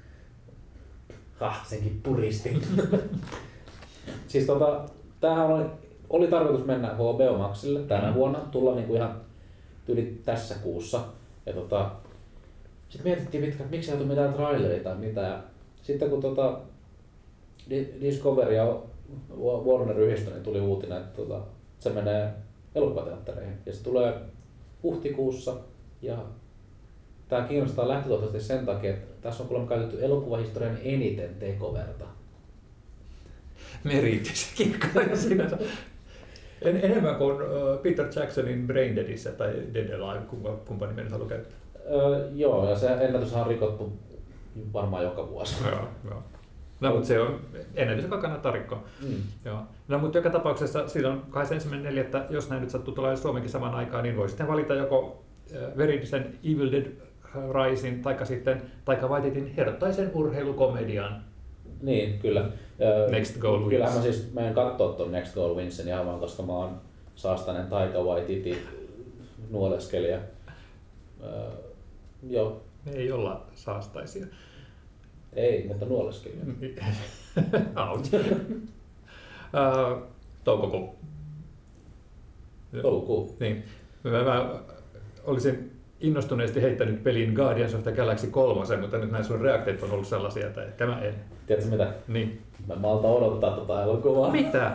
Ah, senkin puristi. Siis tota, tämähän oli, oli tarkoitus mennä H B O Maxille tänä mm. vuonna, tulla niinku ihan yli tässä kuussa. Ja tota, sitten mietittiin pitkään, että miksi ei ole mitään traileria tai mitään. Sitten kun tota, Discovery ja Warner yhdistyi, niin tuli uutinen, että tota, se menee elokuvateattereihin. Ja se tulee huhtikuussa. Ja tämä kiinnostaa lähtökohtaisesti sen takia, että tässä on kuulemma käytetty elokuvahistorian eniten tekoverta. Meriittisekin kai sinänsä. En, enemmän kuin Peter Jacksonin Braindeadissä tai Dead Alive, kumpa, kumpa nimen haluaa käyttää. Öö, joo, ja se ennätys on rikottu varmaan joka vuosi. Joo, joo. No, mutta se on ennätys, joka kannattaa rikkoa. Mm. Joo. No, mutta joka tapauksessa silloin kahdeskymmenesensimmäinen neljättä, jos näin nyt sattuu tulemaan Suomenkin samaan aikaan, niin voi sitten valita joko verillisen Evil Dead Risein taikka sitten Taika Waititin herttaisen urheilukomedian. Niin, kyllä. Next Goal Wins. Kyllähän mä siis menen katsoa ton Next Goal Winsin ihan vaan, koska mä oon saastainen Taika Waititi nuoleskelija. Öö, joo. Me ei olla saastaisia. Ei, mutta nuoleskelija. Ouch. uh, Toukokuu. Toukokuu. Niin. Mä, mä olisin innostuneesti heittänyt pelin Guardians of the Galaxy kolme, mutta nyt näin sun reaktiot on ollut sellaisia, että ehkä mä en. Tiedätkö mitä? Niin. Mä malta odottaa tota elokuvaa. Mitä?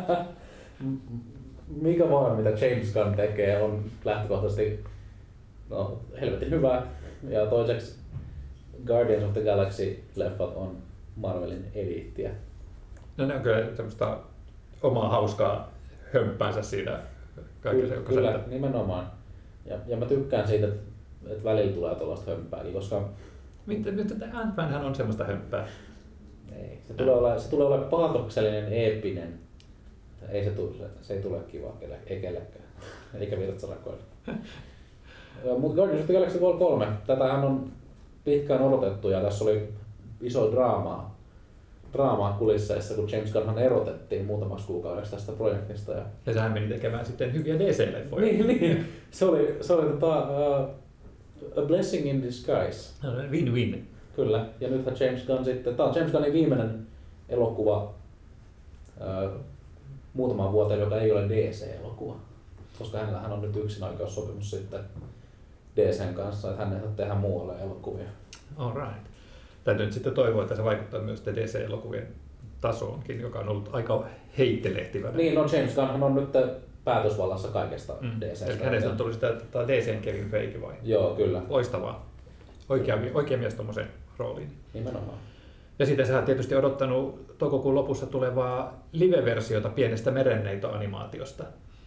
Mikä vaan mitä James Gunn tekee on lähtökohtaisesti no, helvetin hyvää. Ja toiseksi Guardians of the Galaxy-leffat on Marvelin eliittiä. No ne on kyllä semmoista omaa hauskaa hömppäänsä siinä kaikessa. Ky- Kyllä, sieltä. Nimenomaan. Ja, ja mä tykkään siitä, että, että välillä tulee tuollaista hömppääkin, koska... Mitä, nyt Ant-Manhän on semmoista hömppää. Ei, se tulee olla, se tulee olla paatoksellinen, eeppinen. Ei se, tule, se ei tule kiva, ei kellekään, eikä virtsalakoille. Mutta Guardians of the Galaxy Vol kolme, tätähän on pitkään odotettu ja tässä oli iso draamaa, draamaa kulisseissa, kun James Gunnhan erotettiin muutamaksi kuukaudeksi tästä projektista. Ja, ja sehän meni tekemään sitten hyviä D C-leffoja. Niin, niin. Se oli, se oli tota, uh, a blessing in disguise. Win-win. Kyllä, ja nythän James Gunn sitten, tämä on James Gunnin viimeinen elokuva uh, muutamaan vuoteen, joka ei ole D C-elokuva. Koska hänellähän on nyt yksinoikeussopimus sitten D C:n kanssa, että hän ei saa tehdä muualle elokuvia. All right. Täytyy nyt sitten toivoa, että se vaikuttaa myös D C-elokuvien tasoonkin, joka on ollut aika heittelehtivä. Niin, no James Gunnhan on nyt päätösvallassa kaikesta mm. D C:stä. Eli hänestä on tullut sitä D C:n Kevin Feige vai? Joo, kyllä. Loistavaa. Oikea, oikea mies tuommoiseen rooliin. Nimenomaan. Ja sitten sä oot tietysti odottanut toukokuun lopussa tulevaa live-versiota pienestä merenneito-animaatiosta.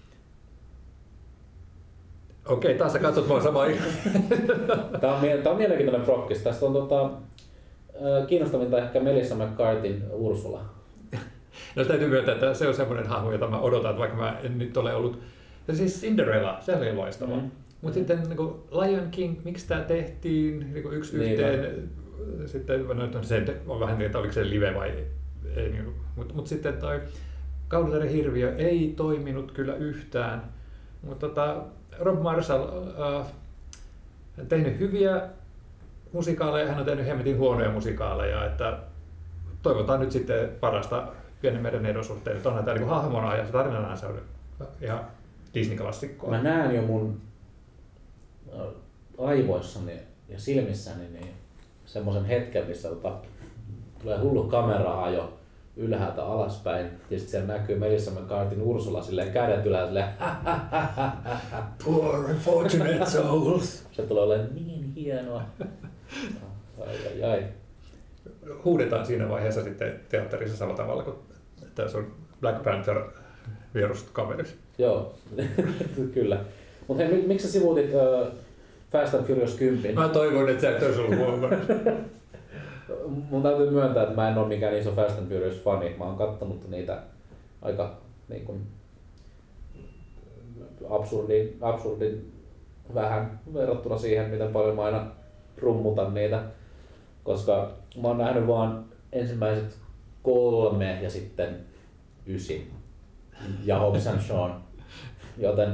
Okei, taas sä katsot mua samaa. Tämä on, tämä on mielenkiintoinen prokkis. Tästä on tota, kiinnostavinta ehkä Melissa McCarthyn Ursula. No täytyy myöntää, että se on semmoinen hahmo, jota mä odotan, vaikka mä en nyt ole ollut. Ja siis Cinderella, se oli loistava. Mm. Mutta sitten niin kuin Lion King, miksi tämä tehtiin niin kuin yksi niin yhteen, no. Sitten no, se on vähän niin, että oliko se live vai ei. Niin, mutta mut sitten toi Kaunotainen hirviö ei toiminut kyllä yhtään. Mutta tota, Rob Marshall äh, on tehnyt hyviä musikaaleja, hän on tehnyt hemmetin huonoja musikaaleja. Että toivotaan nyt sitten parasta Pienen merenneidon suhteen. Että onhan tämä niin hahmona ja se tarinana se on ihan Disney-klassikkoa. Mä näen jo mun aivoissani ja silmissäni niin semmoisen hetken, missä tota, tulee hullu kamera-ajo ylhäältä alaspäin ja sitten siellä näkyy Melissa McCarthyn Ursula silleen kädet ylhäällä silleen poor unfortunate souls. Se tulee olemaan niin hienoa. Ai, ai, ai. Huudetaan siinä vaiheessa sitten teatterissa samalla tavalla kuin tässä on Black Panther vierust kaverissa. Joo, kyllä. Mutta hei, miksi sä sivuutit uh, Fast and Furious kymmenen? Mä toivon, että sä et olisi ollut huomannut. Mun täytyy myöntää, että mä en ole mikään iso Fast and Furious fani. Mä oon kattonut niitä aika niin kun, absurdin, absurdin vähän verrattuna siihen, miten paljon mä aina rummutan niitä. Koska mä oon nähnyt vaan ensimmäiset kolme ja sitten ysi. Ja Hobbs and Shaw. Joten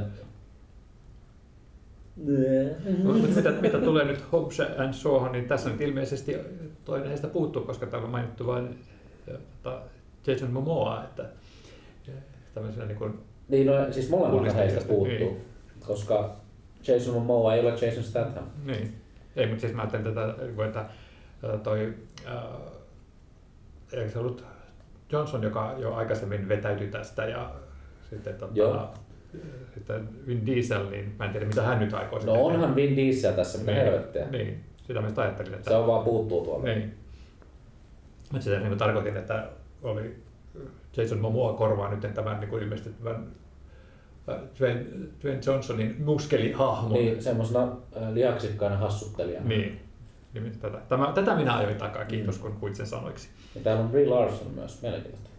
mitä, mitä tulee nyt Hobbs and Shawhan, niin tässä nyt ilmeisesti toinen heistä puuttuu, koska täällä on mainittu vain tota, Jason Momoa, että tämmöisenä niin kuin niin, no, siis molemmat heistä puuttuu, niin. Koska Jason Momoa ei ole Jason Statham. Niin, ei, mutta siis mä ajattelin tätä, että toi, äh, eikö se ollut Johnson, joka jo aikaisemmin vetäytyi tästä ja sitten, tota, sitten Vin Diesel, niin mä en tiedä mitä hän nyt aikoo. No onhan tehdä. Vin Diesel tässä, mitä niin, helvettiä. Niin, sitä mä ajattelin. Että se on vaan puuttuu tuolla. Niin. Mutta sitä niin tarkoitin, että oli Jason Momoa korvaa nyt tämän niin ilmeisesti tämän Dwayne, Dwayne Johnsonin muskelihahmon. Niin, semmoisena äh, lihaksikkaana hassuttelijana. Niin. Tätä, tämä, tätä minä ajoin takaa, kiitos kun kuit sen sanoiksi. Ja täällä on Brie Larson myös, mielenkiintoista.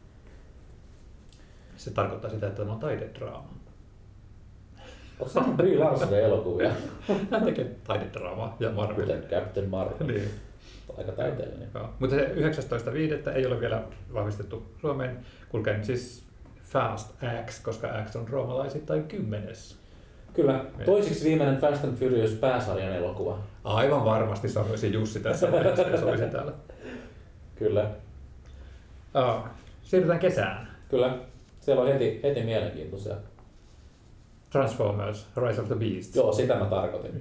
Se tarkoittaa sitä, että tämä on taidedraama. Oletko saanut Brie Larsonin elokuvia? Hän tekee taidedraamaa ja Marvel. Kuten Captain Marvel. Niin. Aika taiteellinen. Joo. Mutta se yhdeksästoista viidettä ei ole vielä vahvistettu Suomeen. Kulkee nyt siis Fast X, koska X on roomalaisittain kymmenes. Kyllä. Toisiksi viimeinen Fast and Furious pääsarjan elokuva. Aivan varmasti sanoisi Jussi tässä vaiheessa, jos olisi täällä. Kyllä. Oh, siirrytään kesään. Kyllä. Siellä on heti, heti mielenkiintoisia. Transformers, Rise of the Beasts. Joo, sitä mä tarkoitin.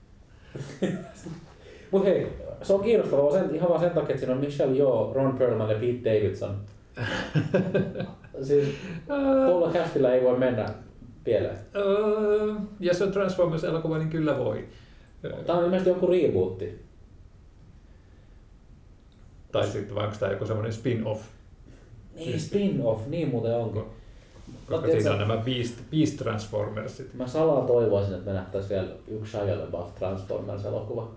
Mut hei, se on kiinnostavaa sen, ihan vaan sen takia, että siinä on Michelle Yeoh, Ron Perlman ja Pete Davidson. Siis tuolla castilla ei voi mennä pieleen. Uh, jos on Transformers-elokuva, niin kyllä voi. Tämä on ilmeisesti joku rebootti. Tai sitten vai onko tämä joku semmoinen spin-off? Niin, spin-off, niin muuten onkin. Koska no, siinä on nämä Beast, Beast Transformersit. Mä salaa toivoisin, että me nähtäisiin vielä yksi Shia LaBeouf Transformers-elokuva.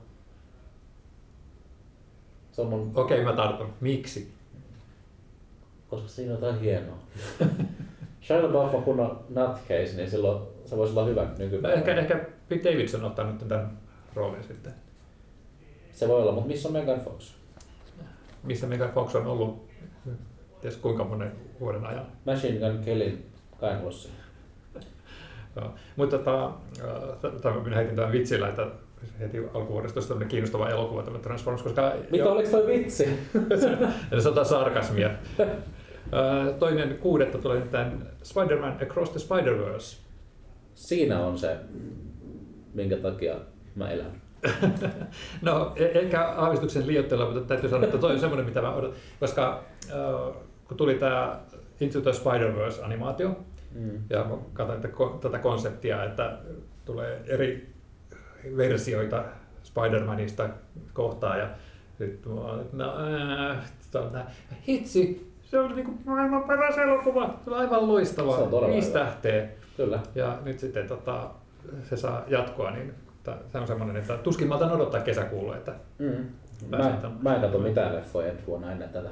Se on mun... Okei, okay, mä tartun. Miksi? Koska siinä on jotain hienoa. Shia LaBeouf on kunnon nutcase, niin silloin se voisi olla hyvä nykypäivänä. Ehkä, ehkä Pete Davidson ottaa nyt tämän roolin sitten. Se voi olla, mutta missä on Megan Fox? Missä Megan Fox on ollut, ties kuinka monen vuoden ajan. Machine Gun Kellyn kainalossa. Mutta tota, minä heitin tämän vitsillä, että heti alkuvuodesta olisi tämmöinen kiinnostava elokuva tämä Transformers, koska... Mitä jo... oliko toi vitsi? Eli se on sarkasmia. Toinen kuudetta tulee nyt tämän Spider-Man Across the Spider-Verse. Siinä on se, minkä takia mä elän. No, ehkä aavistuksen liioittelua, mutta täytyy sanoa, että toi on semmoinen, mitä mä odotan. Koska äh, kun tuli tämä Into the Spider-Verse-animaatio, mm. ja mä katsoin tätä konseptia, että tulee eri versioita Spider-Manista kohtaan, ja Sitten mä olin, että no, äh, hitsi, se oli niinku maailman paras elokuva, se oli aivan loistava, Se on todella viisi hyvä. tähteä. Kyllä. Ja nyt sitten tota, se saa jatkoa, niin se on semmoinen, että tuskin mä otan odottaa kesäkuulle, että Mm. pääsen Mä, tämän. mä en katso mitään leffoja ensi vuonna ennen tätä.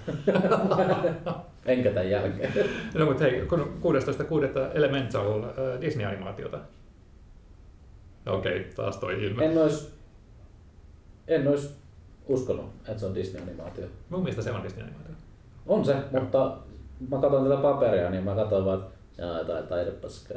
Enkä tämän jälkeen. No mutta hei, kun kuudestoista kuudetta Elemental äh, Disney-animaatiota. Okei, okay, taas toi ilme. En ois, en ois uskonut, että se on Disney-animaatio. Mun mielestä se on Disney-animaatio. On se, mutta mä katson tätä paperia, niin mä katson vaan, että jaa, jotain taidepaskaa.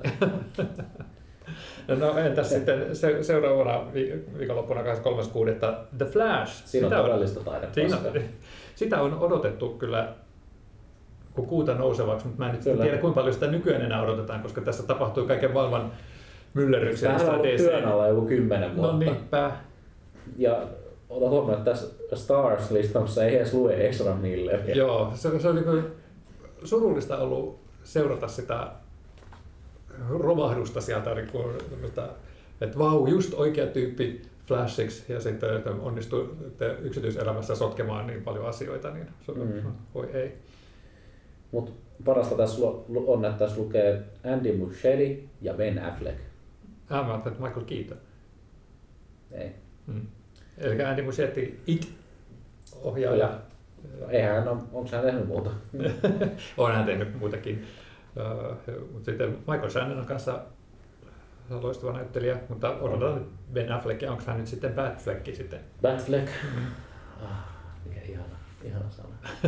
No entäs sitten se, seuraavana vi- viikonloppuna kahdeskymmeneskolmas kuudetta The Flash. Siinä on Sitä todellista taidepaskaa. Siinä, sitä on odotettu kyllä kun kuuta nousevaksi, mutta mä en nyt Kyllä. tiedä kuinka paljon sitä nykyään enää odotetaan, koska tässä tapahtui kaiken maailman myllerryksiä. Tämähän on ollut työn alla joku kymmenen vuotta. No niinpä. Ja ota huomioon, että tässä Stars-listauksessa ei edes lue Ezra Milleria. Joo, se, se on niin surullista ollut seurata sitä romahdusta sieltä, niin kuin, että vau, just oikea tyyppi Flashiksi ja sitten että onnistui yksityiselämässä sotkemaan niin paljon asioita, niin se on, Mm. voi ei. Mutta parasta tässä on, että tässä lukee Andy Muschietti ja Ben Affleck. Ah, mä ajattelin, että Michael Keaton. Ei. Mm. Eli Andy Muschietti, It-ohjaaja. Eihän hän ole, onko hän tehnyt muuta? On hän tehnyt muutakin. Uh, mutta sitten Michael Shannon on kanssa loistava näyttelijä, mutta odotetaan nyt Ben Affleckia, onko hän nyt sitten Batfleck sitten? Batfleck. Ah, mikä ihana, ihana sana.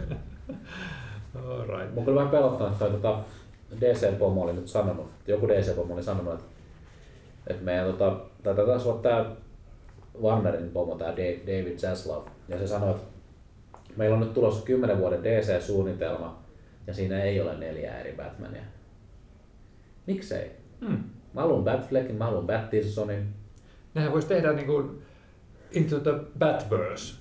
All right. Mun kyllä vähän pelottaa, että tota D C-pomo oli nyt sanonut, joku D C-pomo oli sanonut, että, että meidän tota, tai taisi olla tää Warnerin pomo, tää David Zaslav, ja se sanoi, että meillä on nyt tulossa kymmenen vuoden D C-suunnitelma, ja siinä ei ole neljää eri Batmania. Miksei? Hmm. Mä haluan Batfleckin, mä haluan Battinsonin. Nehän voisi tehdä niin kuin Into the Batverse.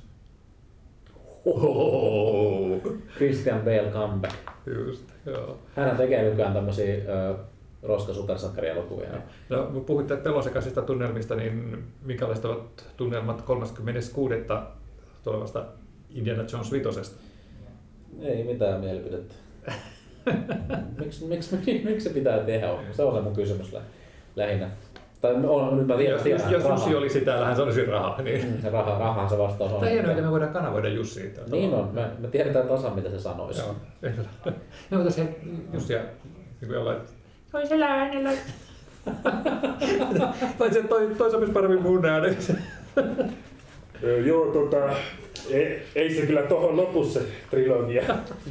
Ohohoho. Christian Bale comeback. Just, joo. Hän tekee nykyään tämmösiä ö, roska supersankarielokuvia. No, kun puhuitte pelosekaisista tunnelmista, niin minkälaiset ovat tunnelmat kolmaskymmenes kuudetta tulevasta Indiana Jones vitosesta? Ei mitään mielipidettä. Miksi miksi miksi miksi se pitää tehdä? Se on se mun kysymys lä- lähinnä. Tai on, nyt mä tiedän, Jos, tiedän jos rahaa. Jussi olisi täällä, hän sanoisi rahaa. Niin. Mm, se raha, rahaan se vastaus on. Tämä on hienoa, miten me voidaan kanavoida Jussia. Niin on, me, me tiedetään tasan mitä se sanoisi. Joo. No mutta se Jussia niin jollain, toisella äänellä. Paitsi että toi, toi sopisi paremmin mun äänen. Joo, tota, ei, ei se kyllä tohon lopu se trilogia.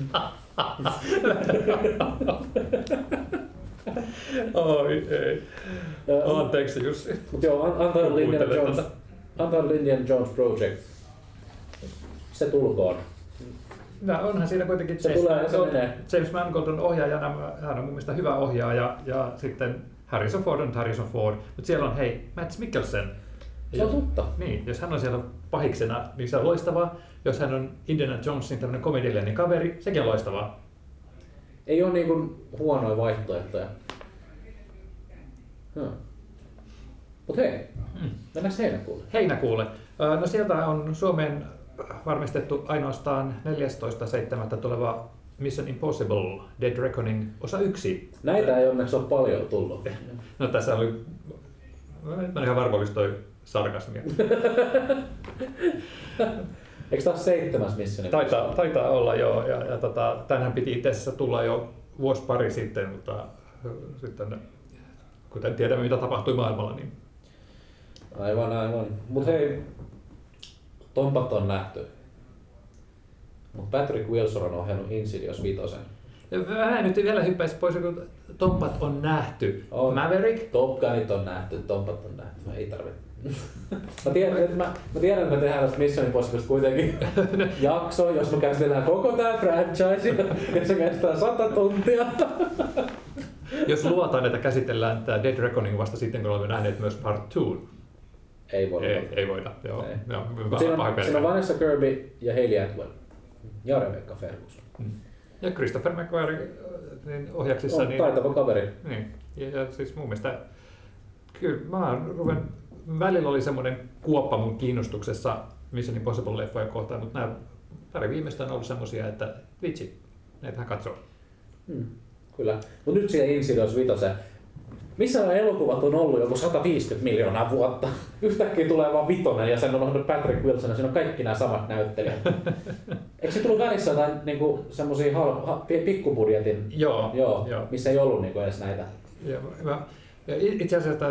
Oi ei. Anteeksi Jussi. Mutta joo, an- antaa Indiana Kuuntele Jones, tätä. antaa Indiana Jones Project. Se tulkoon. No, onhan siinä kuitenkin Se James, tulee, se Mangold, menee. James Mangold on ohjaajana, hän on mun mielestä hyvä ohjaaja ja sitten Harrison Ford on Harrison Ford, mutta siellä on hei Mads Mikkelsen. Se on totta. Niin, jos hän on siellä pahiksena, niin se on loistavaa. Jos hän on Indiana Jonesin tämmöinen komediallinen kaveri, sekin on loistavaa. Ei ole niinku huonoja vaihtoehtoja. Hmm. Mut hei, Hmm. mennään heinäkuulle. Heinäkuulle. Ö, No sieltä on Suomeen varmistettu ainoastaan neljästoista seitsemättä tuleva Mission Impossible Dead Reckoning osa yksi. Näitä ei onneksi ole paljon tullut. No tässä oli, mä en ihan varma, olisi toi sarkasmia. Eikö taas seitsemäs Mission Taitaa, taitaa olla joo, ja, ja tota, tänhän piti itse asiassa tulla jo vuosi pari sitten, mutta sitten kuten tiedämme mitä tapahtui maailmalla, niin Aivan, aivan. Mut hei, Tompat on nähty. Mut Patrick Wilson on ohjannut Insidious vitosen. mä en nyt vielä hyppäisi pois, kun Tompat on nähty. On. Maverick? Top Gunit on nähty, Tompat on nähty. Mä ei tarvitse. Mä tiedän, että mä, mä tiedän, että me tehdään tästä Mission Impossiblesta kuitenkin jakso, jos me käsitellään koko tää franchise, ja se kestää sata tuntia. Jos luotaan, että käsitellään tämä Dead Reckoning vasta sitten, kun olemme nähneet myös Part two. Ei voi Ei, olla. ei voida, joo. Ei. joo Mut Siinä vähän on, siinä on Vanessa Kirby ja Hayley Atwell. Ja Rebecca Ferguson. Ja Christopher McQuarrie niin ohjaksissa. On niin, taitava kaveri. Niin, ja, ja siis mun mielestä, kyllä mä ruven, välillä oli semmoinen kuoppa mun kiinnostuksessa Mission Impossible-leffoja kohtaan, mutta nämä pari viimeistä on ollut semmoisia, että vitsi, näitähän katsoo. Hmm, kyllä. Mutta nyt siihen Insidious vitosen. Missä nämä elokuvat on ollut joku sata viisikymmentä miljoonaa vuotta? Yhtäkkiä tulee vaan vitonen ja sen on ollut Patrick Wilson ja siinä on kaikki nämä samat näyttelijät. Eikö se tullut välissä jotain niinku semmosia hal- ha- pikkubudjetin, Joo, joo, joo. missä ei ollut niinku edes näitä? Ja, mä, ja itse asiassa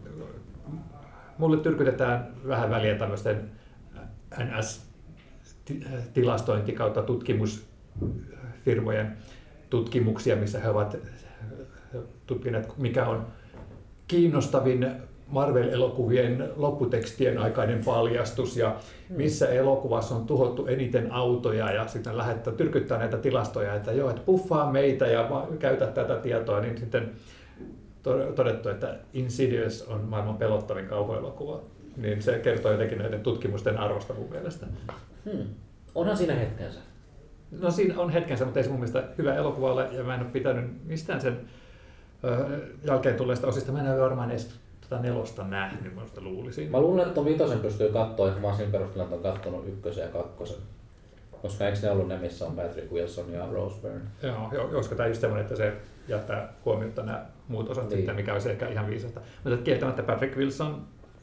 mulle tyrkytetään vähän väliä tämmöisten N S-tilastointi kautta tutkimusfirmojen tutkimuksia, missä he ovat tutkineet, mikä on kiinnostavin Marvel-elokuvien lopputekstien aikainen paljastus ja missä elokuvassa on tuhottu eniten autoja ja sitten lähdetään tyrkyttää näitä tilastoja, että joo, että puffaa meitä ja käytä tätä tietoa, niin sitten todettu, että Insidious on maailman pelottavin kauhuelokuva. Niin se kertoo jotenkin näiden tutkimusten arvosta mun mielestä. Hmm. Onhan siinä hetkensä. No siinä on hetkensä, mutta ei se mun mielestä hyvä elokuva ole ja mä en ole pitänyt mistään sen ö, jälkeen tulleista osista. Mä en ole varmaan edes tota nelosta nähnyt, minusta luulisin. Mä luulen, että ton vitosen pystyy katsoa, että mä oon siinä perusteella, että on katsonut ykkösen ja kakkosen. Koska eikö ne ollut ne, missä on Patrick Wilson ja Rose Byrne? Joo, koska tämä on just semmoinen, että se jättää huomiota nämä muut osat niin. Sitten, mikä olisi ehkä ihan viisasta. Mutta kieltämättä Patrick Wilson...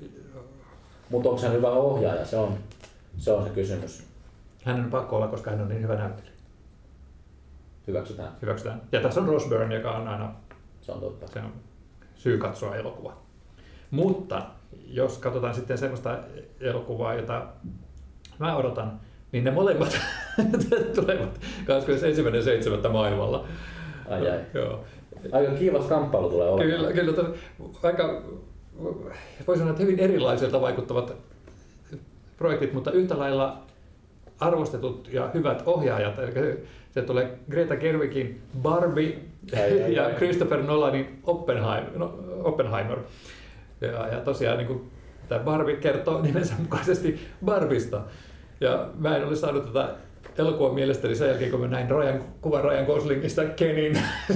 Mutta onko hän hyvä ohjaaja? Se on se, on se kysymys. Hän on pakko olla, koska hän on niin hyvä näyttelijä. Hyväksytään. Hyväksytään. Ja tässä on Rose Byrne, joka on aina se on totta. Se on syy katsoa elokuva. Mutta jos katsotaan sitten sellaista elokuvaa, jota mä odotan, niin ne molemmat tulevat kahdeskymmenesensimmäinen seitsemättä maailmalla. Ai ai. Joo. Aika kiivas kamppailu tulee olemaan. Kyllä, kyllä to, aika, voi sanoa, että hyvin erilaisilta vaikuttavat projektit, mutta yhtä lailla arvostetut ja hyvät ohjaajat. Eli se tulee Greta Gerwigin Barbie ai, ai, ja ai. Christopher Nolanin Oppenheimer. No, Oppenheimer. Ja, ja tosiaan niin kuin, tämä Barbie kertoo nimensä mukaisesti Barbista. Ja mä en ole saanut tätä elokuvan mielestäni sen jälkeen, kun mä näin Ryan, kuvan Ryan Goslingista Kenin.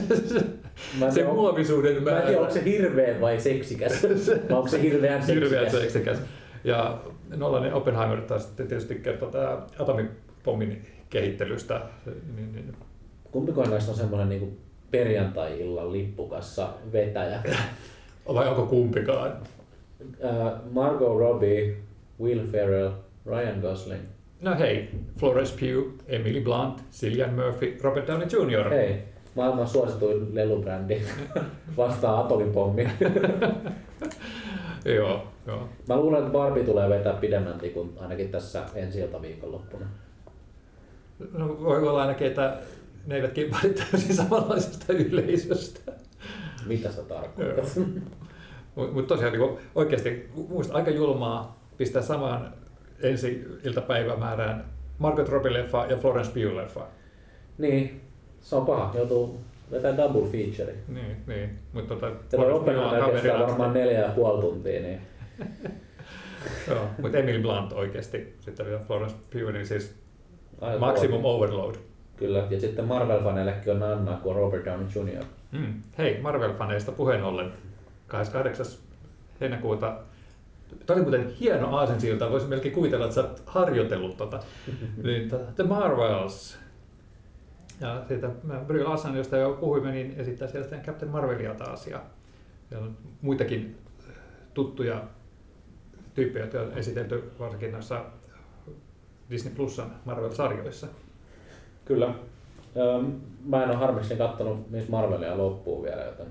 Se muovisuuden määrä. Mä en tiedä, onko se hirveän vai seksikäs. Vai onko se hirveän seksikäs? Hirveän seksikäs. Ja Nolanin Oppenheimer taas tietysti kertoo tämä atomipommin kehittelystä. Niin, niin. Kumpikohan näistä on semmoinen niin perjantai-illan lippukassa vetäjä? Vai onko kumpikaan? Uh, Margot Robbie, Will Ferrell, Ryan Gosling. No hei, Florence Pugh, Emily Blunt, Cillian Murphy, Robert Downey juniori Hei, maailman suosituin lelubrändi vastaa atomipommi. Joo, joo. Mä luulen, että Barbie tulee vetää pidemmän tikun ainakin tässä ensi iltaviikonloppuna. No voi olla ainakin, että ne eivät kilpaile täysin samanlaisesta yleisöstä. Mitä sä tarkoitat? Mutta tosiaan niin oikeasti muista aika julmaa pistää samaan ensi iltapäivämäärään Margot Robbie-leffa ja Florence Pugh-leffa. Niin, se on paha. Joutuu vetämään double feature. Niin, niin. Mutta tota, Tämä Oppenheimer kestää varmaan neljä ja puoli tuntia. Niin. Joo, mutta Emily Blunt oikeasti. Sitten vielä Florence Pugh, niin siis Aivan maximum puoli. overload. Kyllä, ja sitten Marvel-faneillekin on Anna kuin Robert Downey juniori Mm. Hei, Marvel-faneista puheen ollen. kahdeskymmeneskahdeksas heinäkuuta. Tämä oli muuten hieno aasinsilta. Voisin melkein kuvitella, että sä oot harjoitellut tota. Niin, The Marvels. Ja siitä Brie Larson, josta jo puhuimme, niin esittää sieltä Captain Marvelia taas. Ja, ja muitakin tuttuja tyyppejä, jotka on esitelty varsinkin noissa Disney Plusan Marvel-sarjoissa. Kyllä. Mä en ole harmikseni katsonut Miss Marvelia loppuun vielä, joten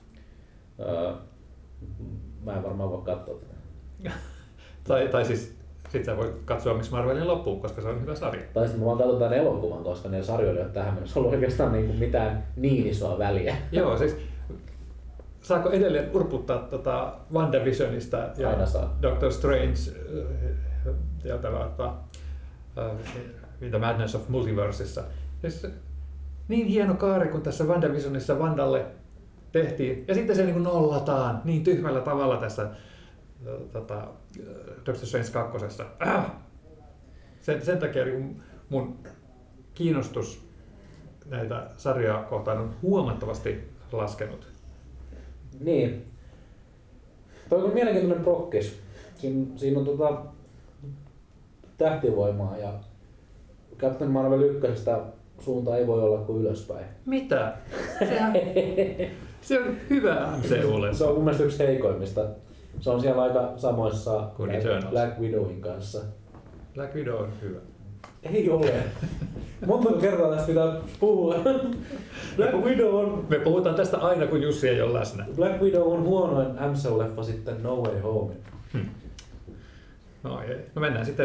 mä en varmaan voi katsoa tätä. tai, tai siis sit sä voit katsoa Miss Marvelin loppuun, koska se on hyvä sarja. Tai sitten mä vaan katson tämän elokuvan, koska niillä sarjoilla ei ole tähän mennessä ollut oikeastaan niin kuin mitään niin isoa väliä. Joo, siis saako edelleen urputtaa tota WandaVisionista ja Doctor Strange ja tällaista uh, The Madness of Multiversissa. Siis niin hieno kaari, kun tässä WandaVisionissa Wandalle tehtiin, ja sitten se niin kuin nollataan niin tyhmällä tavalla tässä tota, Doctor Strange kakkosessa. Äh! Sen, sen takia niin mun kiinnostus näitä sarjoja kohtaan on huomattavasti laskenut. Niin. Toi on mielenkiintoinen prokkis. Siin, siinä on tota, tähtivoimaa ja Captain Marvel ykkösestä suunta ei voi olla kuin ylöspäin. Mitä? Sehän, se on hyvä M C U:lle. Se on mun mielestä yksi heikoimmista. Se on siellä aika samoissa Black, Black Widowin kanssa. Black Widow on hyvä. Ei ole. Monta kertaa tästä pitää puhua. Black Widow on... Me puhutaan tästä aina, kun Jussi ei ole läsnä. Black Widow on huonoin M C U-leffa sitten No Way Home. Hmm. No, ei. no mennään sitten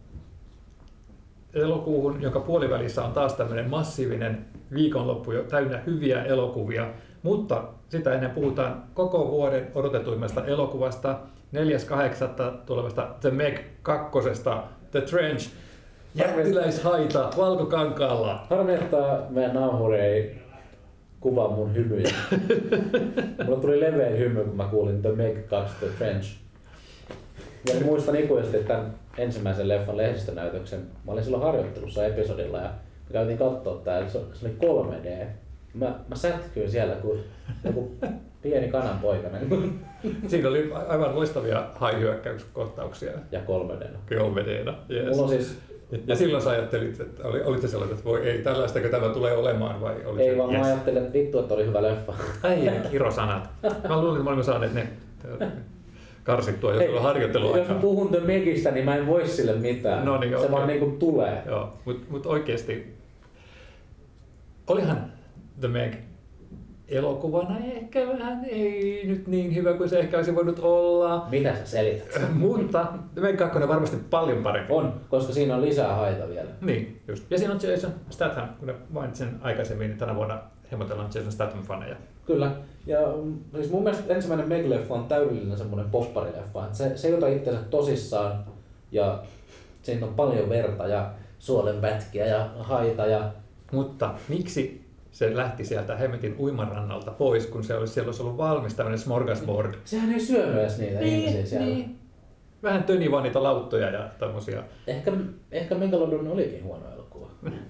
elokuuhun, jonka puolivälissä on taas tämmöinen massiivinen viikonloppu jo täynnä hyviä elokuvia, mutta sitä ennen puhutaan koko vuoden odotetuimmasta elokuvasta, neljäs kahdeksatta tulevasta The Meg kakkosesta, The Trench, jättiläishaita valkokankaalla. Harmi, että meidän nauhuri ei kuvaa mun hymyjä. Mulla tuli leveä hymy, kun mä kuulin The Meg kaksi, The Trench. Ja muistan ikuisesti tämän ensimmäisen leffan lehdistönäytöksen. Mä olin silloin harjoittelussa episodilla ja me käytiin katsoa tää, se oli kolme D. Mä, mä sätkyin siellä kuin joku pieni kananpoika. Siinä oli aivan loistavia haihyökkäyskohtauksia. Ja kolme D. kolme D. Yes. Mulla on siis... Ja silloin sä ajattelit, että oli, olit se sellainen, että voi ei, tällaista tämä tulee olemaan vai oli ei se, vaan yes. Mä ajattelin, että vittu, että oli hyvä leffa. Ai kirosanat. Mä luulin, että me olimme saaneet ne karsittua jo silloin harjoitteluaikaa. Jos mä puhun The Megistä, niin mä en voi sille mitään. No niin, se okay. vaan niinku tulee. Joo, mutta mut oikeesti olihan The Meg elokuvana ehkä vähän ei nyt niin hyvä kuin se ehkä olisi voinut olla. Mitä sä selität? Mutta The Meg kaksi on varmasti paljon parempi. On, koska siinä on lisää haita vielä. Niin, just. Ja siinä on Jason Statham, kun mainitsin aikaisemmin, niin tänä vuonna hemmotellaan Jason Statham-faneja. Kyllä. Ja siis mun mielestä ensimmäinen Meg-leffa on täydellinen semmoinen popparileffa. Se, se ei ota itsensä tosissaan ja siinä on paljon verta ja suolenpätkiä ja haita. Ja... Mutta miksi se lähti sieltä hemmetin uimarannalta pois, kun se olisi, siellä olisi ollut valmis tämmöinen smorgasbord? Sehän ei syönyt edes niitä niin, ihmisiä siellä. Niin. Vähän töni vaan niitä lauttoja ja tämmöisiä. Ehkä, ehkä Megalodon olikin huono elokuva.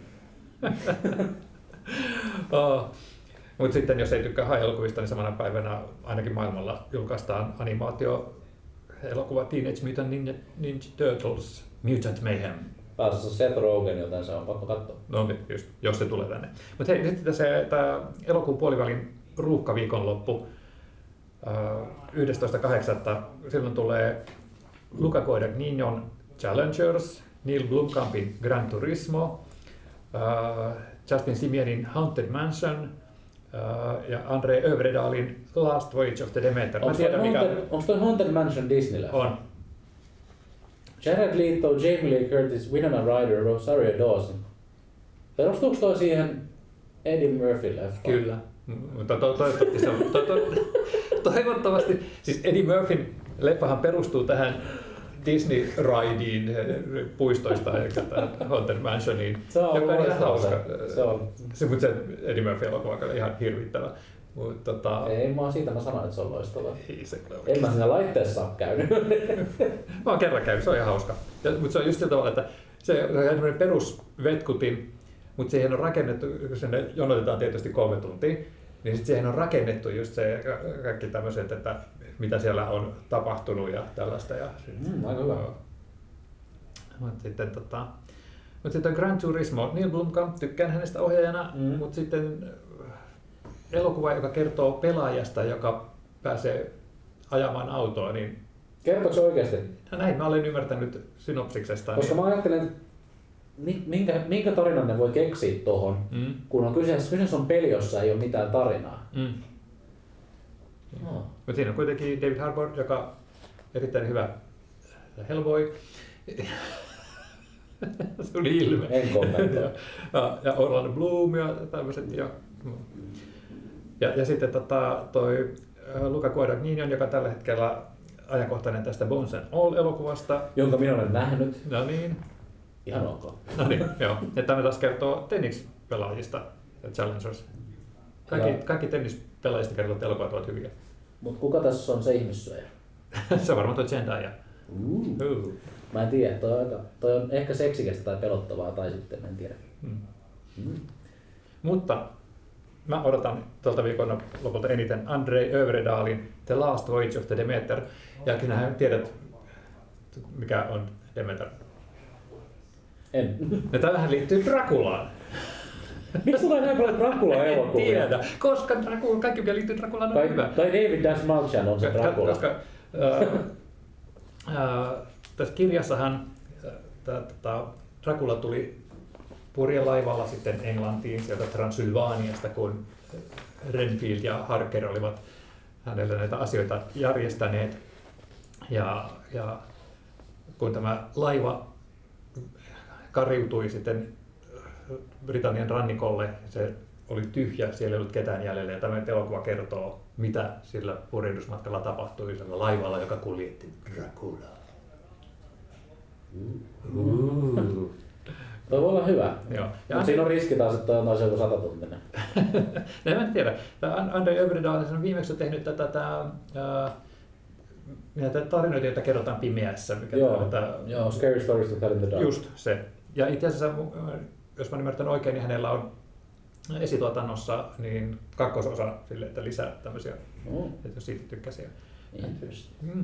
oh. Mutta sitten jos ei tykkää haielokuvista, niin samana päivänä ainakin maailmalla julkaistaan animaatio-elokuva Teenage Mutant Ninja, Ninja Turtles Mutant Mayhem. Pääasiassa Seth Rogen, joten se on pakko katsoa. No niin, just, jos se tulee tänne. Mutta hei, sitten se, tämä elokuun puolivälin ruuhkaviikonloppu, yhdestoista kahdeksatta silloin tulee Luca Guadagnino'n Challengers, Neil Blomkampin Gran Turismo, Justin Simienin Haunted Mansion ja André Övrydalin Last Voyage of the Demeter. Onko toi, mikä... toi Haunted Mansion Disneyllä? On. Jared Leto, Jamie Lee Curtis, Winona Ryder, Rosario Dawson. Perustuuko toi siihen Eddie Murphy-leffaan? Kyllä, mutta to- toivottavasti se on. To- to- toivottavasti, siis Eddie Murphyn leffahan perustuu tähän Disney-raidiin puistoista, eli Haunted Mansioniin, se on joka on ihan hauska. Se on. Se, mutta se Eddie Murphy-elokuva on ihan hirvittävä. Mut, tota... Ei, mä oon siitä mä sanoin, että se on loistava. Ei se kyllä en mä siinä laitteessa ole käynyt. Mä oon kerran käynyt, se on ihan hauska. Ja, mutta se on just sillä tavalla, että se on tämmöinen perusvetkutin, mutta siihen on rakennettu, kun sinne jonotetaan tietysti kolme tuntia, niin sitten siihen on rakennettu just se kaikki tämmöiset, että mitä siellä on tapahtunut ja tällaista. Ja sit, mm, aika hyvä. Mutta sitten, tota, mut sitten Gran Turismo, Neil Blomkamp, tykkään hänestä ohjaajana, mm. mutta sitten elokuva, joka kertoo pelaajasta, joka pääsee ajamaan autoa, niin... Kertooko se oikeasti? No näin, mä olen ymmärtänyt synopsiksesta. Koska niin... mä ajattelen, että minkä, minkä tarinan ne voi keksiä tohon, mm. kun on kyseessä, kyseessä on peli, jossa ei ole mitään tarinaa. Mm. Oh. Mutta siinä on kuitenkin David Harbour, joka erittäin hyvä Hellboy. Se oli ilme. En kommentoi. ja, ja Orlando Bloom ja tämmöiset. Ja, ja, ja sitten tota, toi Luca Guadagnino, joka tällä hetkellä ajankohtainen tästä Bones and All-elokuvasta. Jonka minä olen nähnyt. No niin. Ihan ok. No niin, joo. Ja tämä taas kertoo tennispelaajista ja Challengers. Kaikki, ja... kaikki tennispelaajista kertovat elokuvat ovat hyviä. Mutta kuka tässä on se ihmissyöjä? Se on varmaan tuo Zendaya. Uh. Uh. Mä en tiedä, toi on, aika, toi on ehkä seksikästä tai pelottavaa tai sitten en tiedä. Mm. Mm. Mutta mä odotan tuolta viikon lopulta eniten André Övrydalin The Last Voyage of the Demeter. Ja kyllähän tiedät, mikä on Demeter. En. Ja tämähän liittyy Draculaan. Miksi tulee näin paljon Dracula-elokuvia? En tiedä, koska Dracula, kaikki mikä liittyy Draculaan on Tai, hyvä. tai David Dasmalchian on se Dracula. Koska äh, äh, tässä kirjassahan äh, Dracula tuli purjelaivalla sitten Englantiin sieltä Transylvaniasta, kun Renfield ja Harker olivat hänelle näitä asioita järjestäneet. Ja, ja kun tämä laiva kariutui sitten Britannian rannikolle, se oli tyhjä, siellä ei ollut ketään jäljellä. Ja tämä elokuva kertoo, mitä sillä purjehdusmatkalla tapahtui sillä laivalla, joka kuljetti Draculaa. Uh. Toi voi olla hyvä. Mutta siinä on riski taas, että toi on taas joku satatuntinen. No, en tiedä. Andre Øvredal on viimeksi tehnyt tätä, tätä näitä tarinoita, joita kerrotaan pimeässä. Mikä joo, tämä, joo, Scary Stories to Tell in the Dark. Just se. Ja itse asiassa, jos mä ymmärtän oikein, niin hänellä on esituotannossa niin kakkososa sille, että lisää tämmöisiä, mm. että jos siitä tykkäsiä. Mm.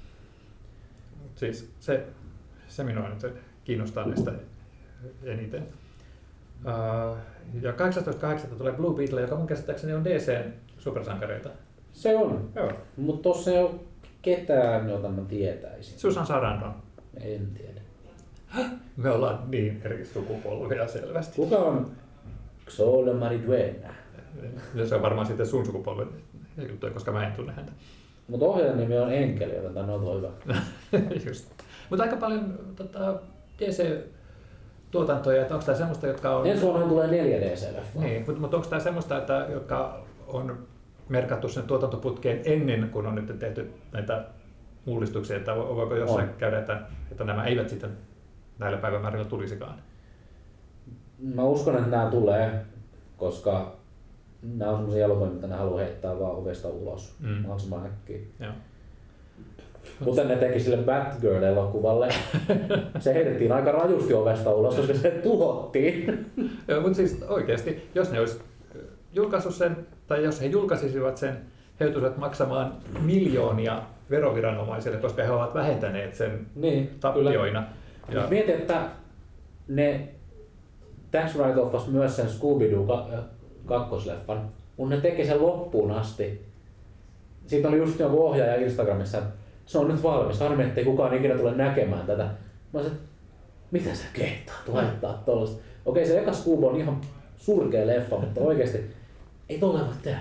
Siis se, se minua nyt kiinnostaa näistä eniten. Uh, ja kahdeksastoista kahdeksatta tulee Blue Beetle, joka mun käsittääkseni on D C:n supersankareita. Se on, joo. Mutta tossa ei ole ketään, jota mä tietäisin. Susan Sarandon. En tiedä. Me ollaan niin eri sukupolvia selvästi. Kuka on Xolo Mariduena? Se on varmaan sitten sun sukupolven juttuja, koska mä en tunne häntä. Mutta ohjaajan nimi on Enkeli, joten tämä on hyvä. Just. Mutta aika paljon tota, D C-tuotantoja, että onko tämä semmoista, jotka on... Ensi vuonna tulee neljä D C-leffaa. Niin, mutta, mutta onko tämä semmoista, että, jotka on merkattu sen tuotantoputkeen ennen kuin on nyt tehty näitä mullistuksia, että voiko jossain on. käydä, että, että nämä eivät sitten näillä päivämäärillä tulisikaan? Mä uskon, että nämä tulee, koska nämä on sellaisia elokuvia, mitä ne haluaa heittää vaan ovesta ulos mm. mahdollisimman äkkiä. Joo. Kuten ne teki sille Batgirl-elokuvalle. Se heitettiin aika rajusti ovesta ulos, koska se tuhottiin. Joo, mutta siis oikeasti, jos ne olisi julkaissut sen, tai jos he julkaisisivat sen, he joutuisivat maksamaan miljoonia veroviranomaisille, koska he ovat vähentäneet sen niin, tappioina. Ja... Mietin, että ne Tax Write-offas myös sen Scooby-Doo kakkosleffan, kun ne teki sen loppuun asti. Siitä oli just joku ohjaaja Instagramissa, että se on nyt valmis, harmi ettei kukaan ikinä tule näkemään tätä. Mä olisin, että mitä sä kehtaat laittaa tollaista? Okei, se eka Scooby on ihan surkea leffa, mutta oikeesti ei tolle voi tehdä.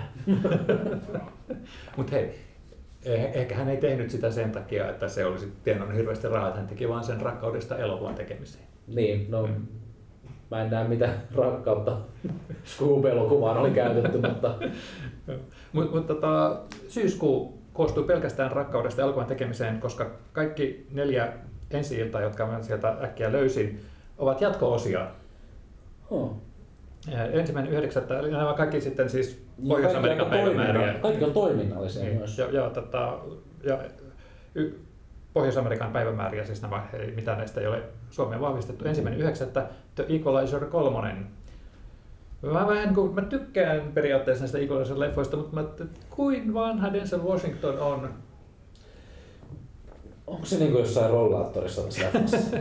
Mut hei, ehkä hän ei tehnyt sitä sen takia, että se olisi tienannut hirveästi rahaa, hän teki vaan sen rakkaudesta elokuvan tekemiseen. Niin, no mm. mä en näe mitä rakkautta Scooby-elokuvaan oli käytetty, mutta... Mutta mut, tota, syyskuu koostuu pelkästään rakkaudesta elokuvan tekemiseen, koska kaikki neljä ensi-iltaa, jotka mä sieltä äkkiä löysin, ovat jatko-osia. Oh. Ensimmäinen yhdeksättä, eli nämä kaikki sitten siis Pohjois-Amerikan päivämääriä. Kaikki on toiminnallisia niin, myös. Ja, ja, tota, ja y, Pohjois-Amerikan päivämääriä, siis nämä, ei, mitään näistä ei ole Suomeen vahvistettu. Ensimmäinen yhdeksättä The Equalizer kolmonen. Mä, vähän, kun, mä tykkään periaatteessa näistä Equalizer-leffoista, mutta mä, kuin vanha Denzel Washington on? Onko se niin kuin jossain rollaattorissa tässä leffassa?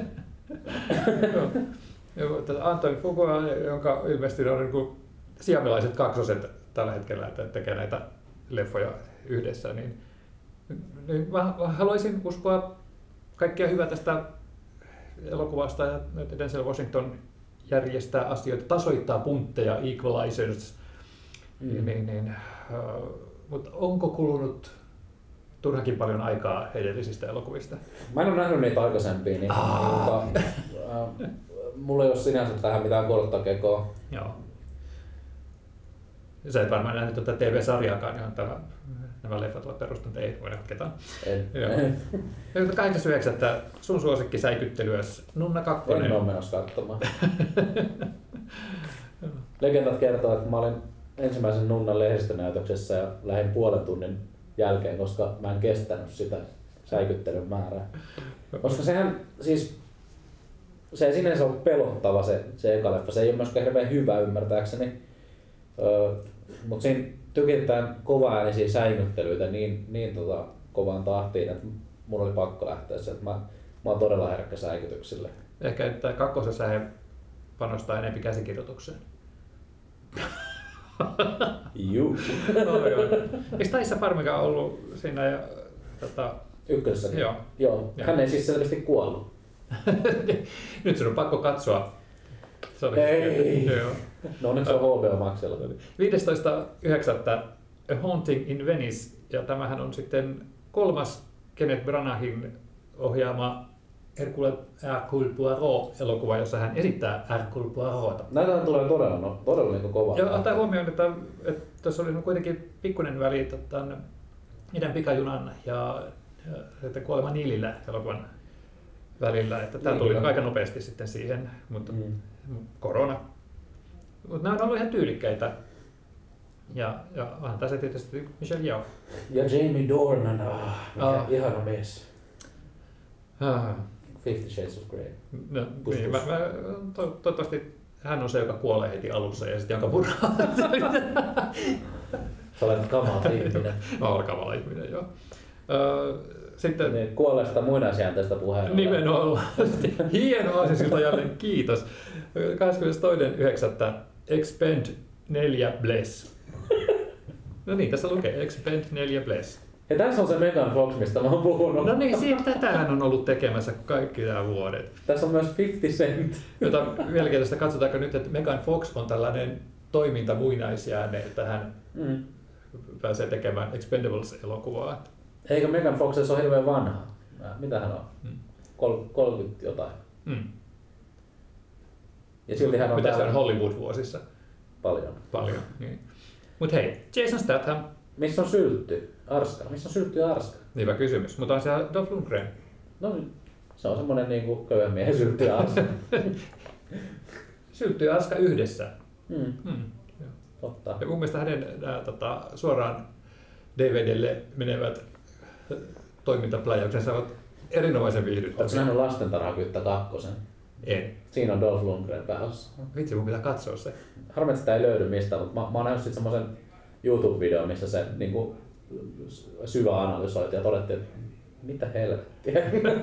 Antoine Fuqua, jonka ilmeisesti on niin kuin siamilaiset kaksoset tällä hetkellä, että tekee näitä leffoja yhdessä, niin, niin mä haluaisin uskoa kaikkea hyvää tästä elokuvasta, ja Denzel Washington järjestää asioita, tasoittaa puntteja, equalizers, mm. niin, niin, uh, mutta onko kulunut turhankin paljon aikaa edellisistä elokuvista? Mä en ole nähnyt niitä aikaisempia, niin, mutta uh, mulla ei ole sinänsä tähän mitään korttakekoa. Joo. Sä et varmaan nähnyt tuota T V-sarjaakaan, johon tämä, nämä leffat ovat perustuneet, ei voi nähdä ketään. En. kahdeksas yhdeksättä sun suosikki säikyttelyös, Nunna kakkonen. En ole menossa katsomaan. Legendat kertoo, että mä olin ensimmäisen Nunnan lehdistönäytöksessä ja lähdin puolen tunnin jälkeen, koska mä en kestänyt sitä säikyttelyn määrää. Koska sehän siis, se ei sinänsä ole pelottava se, se eka leffa, se ei ole myöskään hirveän hyvä ymmärtääkseni. Öö, mutta siinä tykitetään kovaäänisiä säikyttelyitä niin, niin tota, kovaan tahtiin, että mun oli pakko lähteä se, että mä, mä oon todella herkkä säikytyksille. Ehkä että kakkosessa he panostaa enemmän käsikirjoitukseen. Juu. No, joo. Eikö Taissa Farmiga ollut siinä ja, tota... Ykkösessäkin? Joo. Joo. Hän ei siis selvästi kuollut. Nyt sun on pakko katsoa. Se oli Ei. Joo. No onneksi on H B O Maxilla. viidestoista yhdeksättä A Haunting in Venice, ja tämähän on sitten kolmas Kenneth Branaughin ohjaama Hercule Poirot-elokuva, jossa hän esittää Hercule Poirota. Näitä tulee todella, no, todella niin kovaa. Ja ottaa huomioon, että, että tuossa oli kuitenkin pikkuinen väli tämän Idän pikajunan ja, ja että Kuolema Niilillä elokuvan välillä, että tämä tuli aika nopeasti sitten siihen, mutta mm. korona. Mutta nämä on ollut ihan tyylikkäitä. Ja, ja onhan tässä tietysti Michelle Yeoh. Ja Jamie Dornan, ah, mikä Ah. ihana mies. Ah. Fifty Shades of Grey. No, Pus, niin, pus. mä, mä, to, toivottavasti hän on se, joka kuolee heti alussa ja sitten jonka murhaa. Sä olet kamala ihminen. Mä olen kamala ihminen, joo. Öö, sitten Niin, kuolleesta muinaisjänteestä puheen ollen. nimenomaan. Hieno aasisilta jälleen, kiitos. kahdeskymmenestoinen yhdeksättä Expend neljä Bless. No niin, tässä lukee Expend neljä Bless. Ja tässä on se Megan Fox, mistä mä oon puhunut. No niin, siitä tätähän on ollut tekemässä kaikki nämä vuodet. Tässä on myös fifty Cent. Jota mielenkiintoista, katsotaanko nyt, että Megan Fox on tällainen toiminta muinaisjääne, että hän Mm. pääsee tekemään Expendables-elokuvaa. Eikö Megan Fox se on hirveän vanha? Mitä hän on? Mm. Kol- kolmekymmentä jotain. Mm. Ja silti hän on Mitä se on täällä Hollywood-vuosissa? paljon. Paljon. Niin. Mut hei, Jason Statham, Missä on syltty? Arska. Missä on syltty ja Arska? hyvä kysymys, mutta on se Dolph Lundgren. No se on semmonen niinku köyhän miehen syltty ja Arska. Syltty ja Aska yhdessä. Mm. Hmm. Joo. Totta. Ja mun mielestä hänen nää, tota, suoraan D V D:lle menevät toimintapläjäykset ovat erinomaisen Oletko viihdyttäviä. nähnyt Lastentarhakyyttä kakkosen? En. Siinä on Dolph Lundgren pääosassa. Vitsi, mun pitää katsoa se. Harmi, että sitä ei löydy mistään, mutta mä, mä oon nähnyt sit semmosen YouTube-videon, missä se niinku syvä analysoitiin ja todettiin, että mitä helvettiä.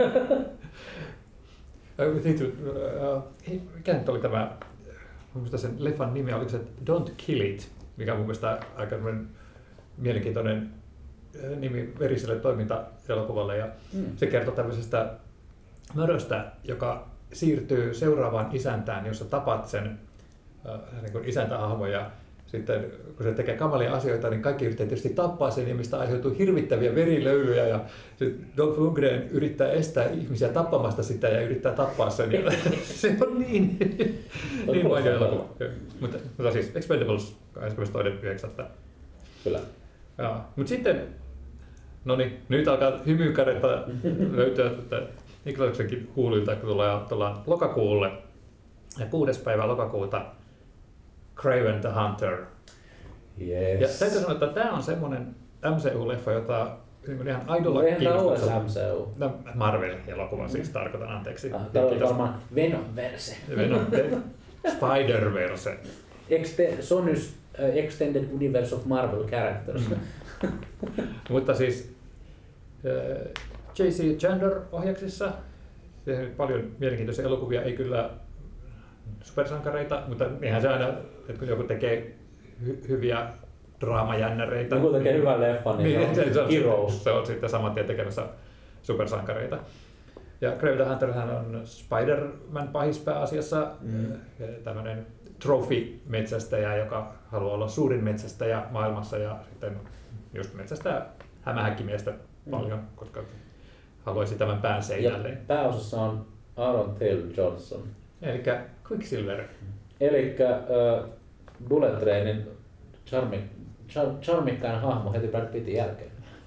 Vitsi, äh, mikä nyt oli tämä, mun mielestä sen leffan nimi, oliko se Don't Kill It, mikä on mun mielestä aika mielenkiintoinen nimi veriselle toimintaelokuvalle. Ja Mm. se kertoo tämmöisestä möröstä, joka siirtyy seuraavaan isäntään, jossa tapat sen äh, niin kuin isäntähahmon, ja sitten kun se tekee kamalia asioita, niin kaikki yrittää tietysti tappaa sen, ja mistä aiheutuu hirvittäviä verilöylyjä, ja sitten Dolph Lundgren yrittää estää ihmisiä tappamasta sitä ja yrittää tappaa sen. Ja se on niin, niin mainio elokuva. Mutta, mutta siis Expendables kahdeskymmenestoinen yhdeksättä Kyllä. Mutta sitten, no niin, nyt alkaa hymykaretta löytyä että Niklauksenkin kuuluilta, kun tulee tullaan lokakuulle. Ja kuudes päivä lokakuuta Craven the Hunter. Yes. Ja täytyy sanoa, että tämä on semmoinen M C U-leffa, jota niin ihan aidolla Eihän tää ole kiinnostaa. M C U. No, Marvel-elokuva siis tarkoitan, anteeksi. Ah, tää on Kiitos. varmaan Venom-verse. Venom, Spider-Verse. Exte- Sonys uh, Extended Universe of Marvel Characters. Mm. Mutta siis äh, J C Chandler ohjaksissa, tehnyt paljon mielenkiintoisia elokuvia, ei kyllä supersankareita, mutta eihän se aina, että kun joku tekee hy- hyviä draamajännäreitä. Joku tekee hyvän leffan, niin, niin se, se, on on, kirous. se on sitten saman tien tekemässä supersankareita. Ja Craven the Hunterhän on Spider-Man pahis pääasiassa, Mm. tämmöinen trophy-metsästäjä, joka haluaa olla suurin metsästäjä maailmassa ja sitten just metsästää hämähäkkimiestä paljon, mm. koska haluaisi tämän pään Ja seinälleen. pääosassa on Aaron Taylor Johnson. Eli Quicksilver. Eli uh, Bullet Trainin charmi, char, charmikkaan hahmo heti Brad Pittin jälkeen.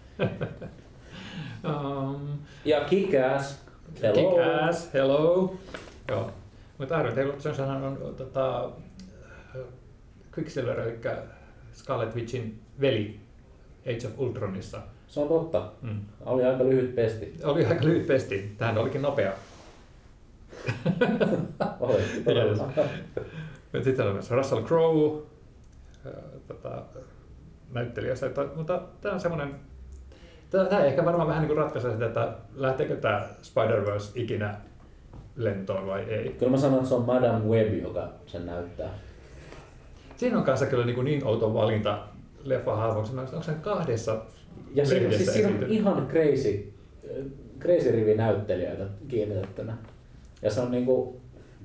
um, Ja Kick-Ass. Hello. Kick-Ass, hello. Joo. Mutta Aaron Taylor Johnson on tota, Quicksilver, eli Scarlet Witchin veli Age of Ultronissa. Se on totta. Mm. Oli aika lyhyt pesti. Oli aika lyhyt pesti. Tähän olikin nopea. Oli, todella. Sitten on myös Russell Crowe, tota, näyttelijässä, mutta tämä on semmoinen, tämä ehkä varmaan vähän niin kuin ratkaisee sitä, että lähteekö tämä Spider-Verse ikinä lentoon vai ei. Kyllä mä sanon, että se on Madame Web, joka sen näyttää. Siinä on kanssa kyllä niin, niin outo valinta leffahahmoksi. Onko se kahdessa Ja siinä, siis siinä on esitetty? ihan crazy, crazy rivi näyttelijöitä kiinnitettynä. Ja se on niinku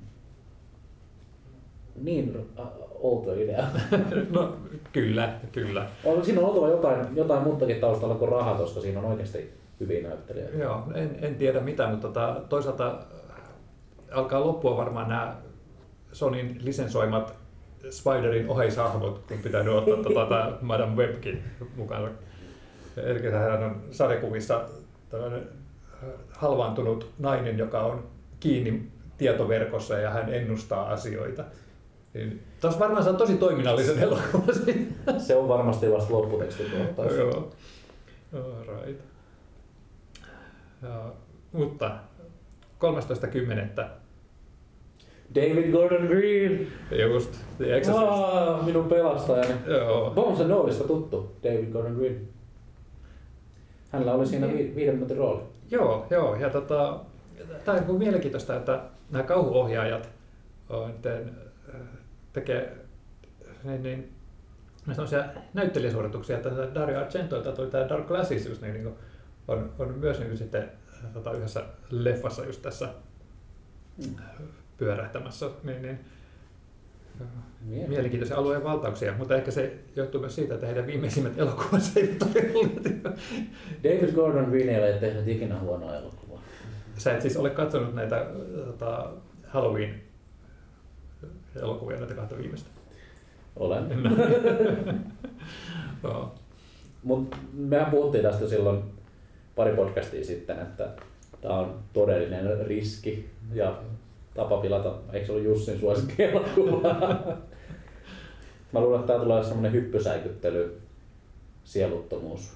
niin outo idea. No kyllä, kyllä. On, siinä on oltava jotain, jotain muutakin taustalla kuin raha, koska siinä on oikeasti hyviä näyttelijöitä. Joo, en, en tiedä mitä, mutta tota, toisaalta alkaa loppua varmaan nämä Sonyn lisensoimat Spiderin oheishahmot, kun pitää ottaa tota, tämä Madame Webkin mukana. Eli hän on sarjakuvissa tällainen halvaantunut nainen, joka on kiinni tietoverkossa ja hän ennustaa asioita. Niin, taas varmaan se on tosi toiminnallisen elokuva. Se on varmasti vasta lopputeksti tuottaisi. Joo. Right. Ja, mutta kolmastoista kymmenettä David Gordon Green! just The Exorcist. Aa, minun pelastajani. Joo. Bones and Knowlesista tuttu David Gordon Green. Hänellä oli siinä vi- viiden minuutin rooli. Joo, joo. Ja tota, tämä on mielenkiintoista, että nämä kauhuohjaajat on, tekee niin, niin, sellaisia näyttelijäsuorituksia, että Dario Argentoilta tuli tämä Dark Glasses just niin, niin on, on myös niin sitten tota, yhdessä leffassa just tässä mm. pyörähtämässä. Niin, niin, mielenkiintoisia alueen valtauksia, mutta ehkä se johtuu myös siitä, että heidän viimeisimmät elokuvansa eivät ole. David Gordon Green ei ole tehnyt ikinä huonoa elokuvaa. Sä et siis ole katsonut näitä tota, Halloween elokuvia, näitä kahta viimeistä? Olen. No. Mut mehän puhuttiin tästä silloin pari podcastia sitten, että tämä on todellinen riski ja tapa pilata, eikö se ollut Jussin suosikkielokuva? Mä luulen, että tää tulee semmonen hyppysäikyttely, sieluttomuus.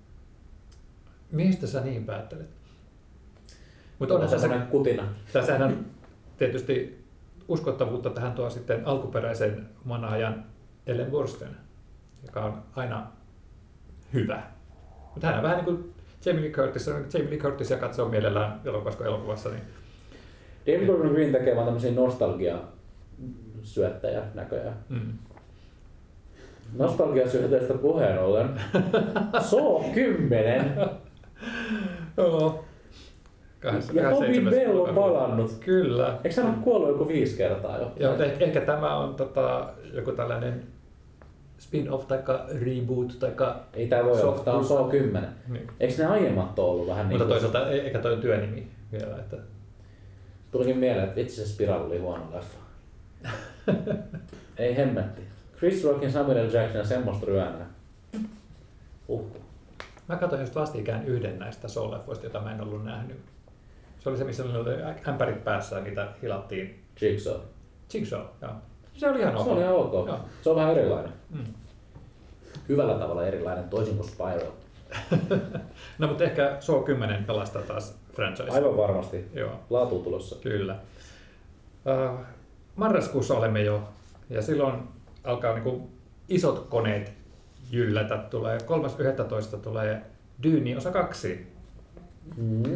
Mistä sä niin päättelet? Mutta on semmoinen kutina. Tässähän on tietysti uskottavuutta tähän tuo sitten alkuperäisen manaajan Ellen Burstyn, joka on aina hyvä. Mutta hän on vähän niin kuin Jamie Lee Curtis, Jamie Lee Curtisia katsoo mielellään elokuvassa elokuvassa. Niin David Gordon Green tekee vaan tämmöisiä nostalgia-syöttäjä näköjään. Mm. Nostalgia-syöttäjästä puheen ollen. Saw kymmenen. Joo. Ja Tobin Bell on palannut. Kyllä. Eikö hän ole kuollut joku viisi kertaa jo? Joo, mutta ehkä, ehkä tämä on tota, joku tällainen spin-off tai reboot tai... Ei tää voi olla, tää on Saw kymmenen. Niin. Eikö ne aiemmat ole ollut vähän Mutta niin kuin... toisaalta eikä toi on työnimi vielä. Että... Tulikin mieleen, että vitsi se Spiral oli huono leffa. Ei hemmetti. Chris Rockin Samuel L. Jackson ja semmoista ryönää. Uhuh. Mä katsoin just vastikään yhden näistä Saw-leffoista, jota mä en ollut nähnyt. Se oli se, missä oli ämpärit päässä ja niitä hilattiin. Jigsaw. Jigsaw, joo. Se oli ihan ok. Se oli ihan ok. Joo. Se on vähän erilainen. Mm. Hyvällä tavalla erilainen, toisin kuin Spiral. No mutta ehkä Saw kymmenen pelastaa taas franchise. Aivan varmasti. Joo. Laatu tulossa. Kyllä. Uh, marraskuussa olemme jo, ja silloin alkaa niinku isot koneet jyllätä. Tulee kolmas yhdestoista tulee Dune osa kaksi. Mm-hmm.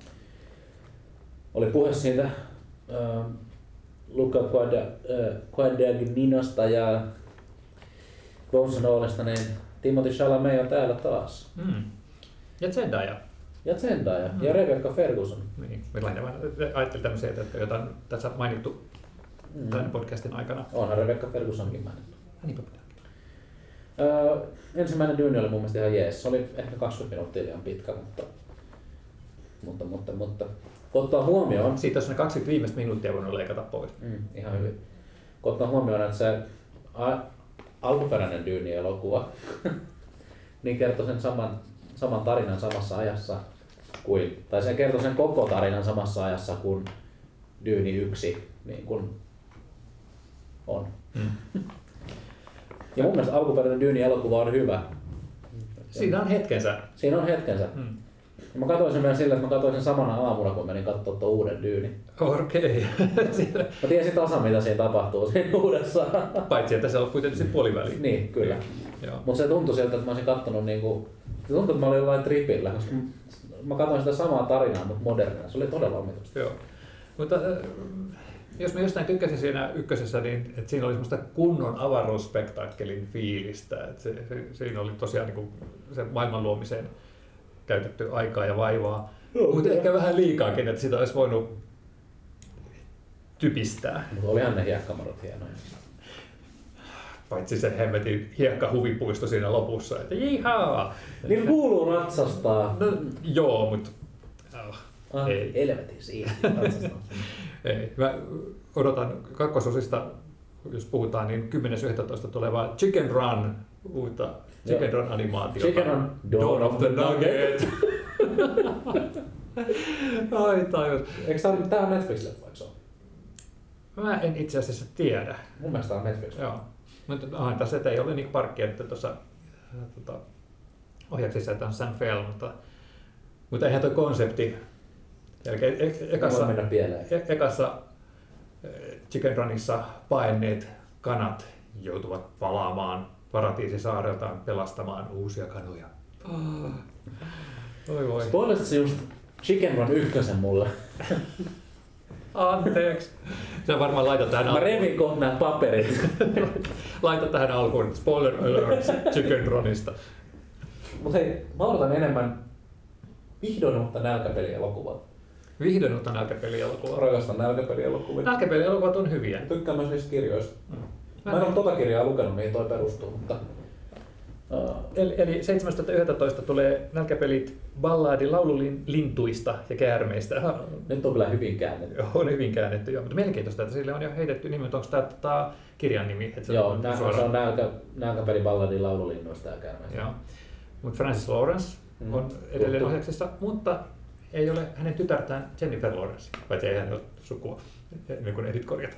Oli puhe siitä äh, Luca Guadagninosta äh, ja Bones and Knowlesista, niin Timothy Chalamet on täällä taas. Mm. Ja Zendaya. Ja Zendaya Mm. ja Rebecca Ferguson. Niin, lähinnä mä ajattelin tämmöisiä, että joita on tässä mainittu Mm. tämän podcastin aikana. Onhan Rebecca Fergusonkin mainittu. Niinpä pitää. Öö, ensimmäinen Dune oli mun mielestä ihan jees. Se oli ehkä kaksikymmentä minuuttia liian pitkä, mutta, mutta, mutta, mutta kun ottaa huomioon, Siitä olisi ne kaksikymmentä viimeistä minuuttia voinut leikata pois. mm, ihan hyvin, kun ottaa huomioon, että se a- alkuperäinen Dune-elokuva niin kertoi sen saman, saman tarinan samassa ajassa kuin, tai se kertoi sen koko tarinan samassa ajassa kuin Dune yksi niin kuin on. Mm. Ja mun mielestä alkuperäinen Dune-elokuva on hyvä. Siinä on hetkensä. Siinä on hetkensä. Mm. Ja mä katsoin sen vielä sillä, että mä katsoin sen samana aamuna, kun menin katsoa tuon uuden Dynin. Okei. Okay. Mä tiesin tasan, mitä siinä tapahtuu siinä uudessa. Paitsi, että se on kuitenkin puoliväli. Niin, kyllä. Joo. Mutta se tuntui siltä, että mä olisin kattonut niinku... Se tuntui, että mä olin jollain tripillä, koska mä katsoin sitä samaa tarinaa, mutta modernina. Se oli todella omituista. Joo. Mutta äh, jos mä jostain tykkäsin siinä ykkösessä, niin että siinä oli semmoista kunnon avaruusspektaakkelin fiilistä. Että se, se, siinä oli tosiaan niin kuin se maailman luomiseen käytetty aikaa ja vaivaa. No, mutta ehkä vähän liikaakin, että sitä olisi voinut typistää. Mutta olihan ne hiekkamadot hienoja. Paitsi se hemmetin hiekkahuvipuisto siinä lopussa, että jihaa! Niin kuuluu ratsastaa. No joo, mutta oh, Ah, ei. Helvetin siihen ratsastaa. ei. Mä odotan kakkososista, jos puhutaan, niin kymmenes yhdestoista tulevaa Chicken Run, uutta Chicken Run animaatiota. Chicken Run, Dawn of the Nugget. Ai taivas. Eikö tää, tää on Netflixille vai se on? Mä en itse asiassa tiedä. Mun mielestä tää on Netflix. Joo. Mutta ahan tässä ei ole niin parkkia, että tuossa äh, tota, ohjaksissa, että on Sam Fell, mutta, mutta eihän tuo konsepti. Eli e- e- ekassa, mennä pieleen. e- ekassa e- Chicken Runissa paenneet kanat joutuvat palaamaan paratiisisaareltaan pelastamaan uusia kanoja. Oh. Oi voi. Spoilasit se just Chicken Run ykkösen mulle. Anteeksi. Sä varmaan laitat tähän Mä alkuun. revin kohta nää paperit. Laita tähän alkuun spoiler alert Chicken Runista. Mut hei, mä odotan enemmän vihdoin uutta nälkäpelielokuvaa. Vihdoin uutta nälkäpelielokuva. Rakastan nälkäpelielokuvia. Nälkäpelielokuvat on hyviä. Tykkään myös niistä kirjoista. Mm. Mä en ole tota kirjaa lukenut, mihin toi perustuu, mutta... Uh, Eli, eli seitsemästoista yhdestoista tulee nälkäpelit Balladi laululintuista ja käärmeistä. nyt on kyllä hyvin käännetty. On hyvin käännetty, joo. Mutta mielenkiintoista, että sille on jo heitetty nimi, mutta onko tämä tota, kirjan nimi? Että se Joo, on nää, suoraan- se on nälkä, nälkäpeli balladin laululinnoista ja käärmeistä. Joo. Mutta Francis Lawrence Mm. on edelleen Tuttu. ohjaksessa, mutta ei ole hänen tytärtään Jennifer Lawrence, paitsi ei hän ole sukua, ennen kuin ehdit korjata.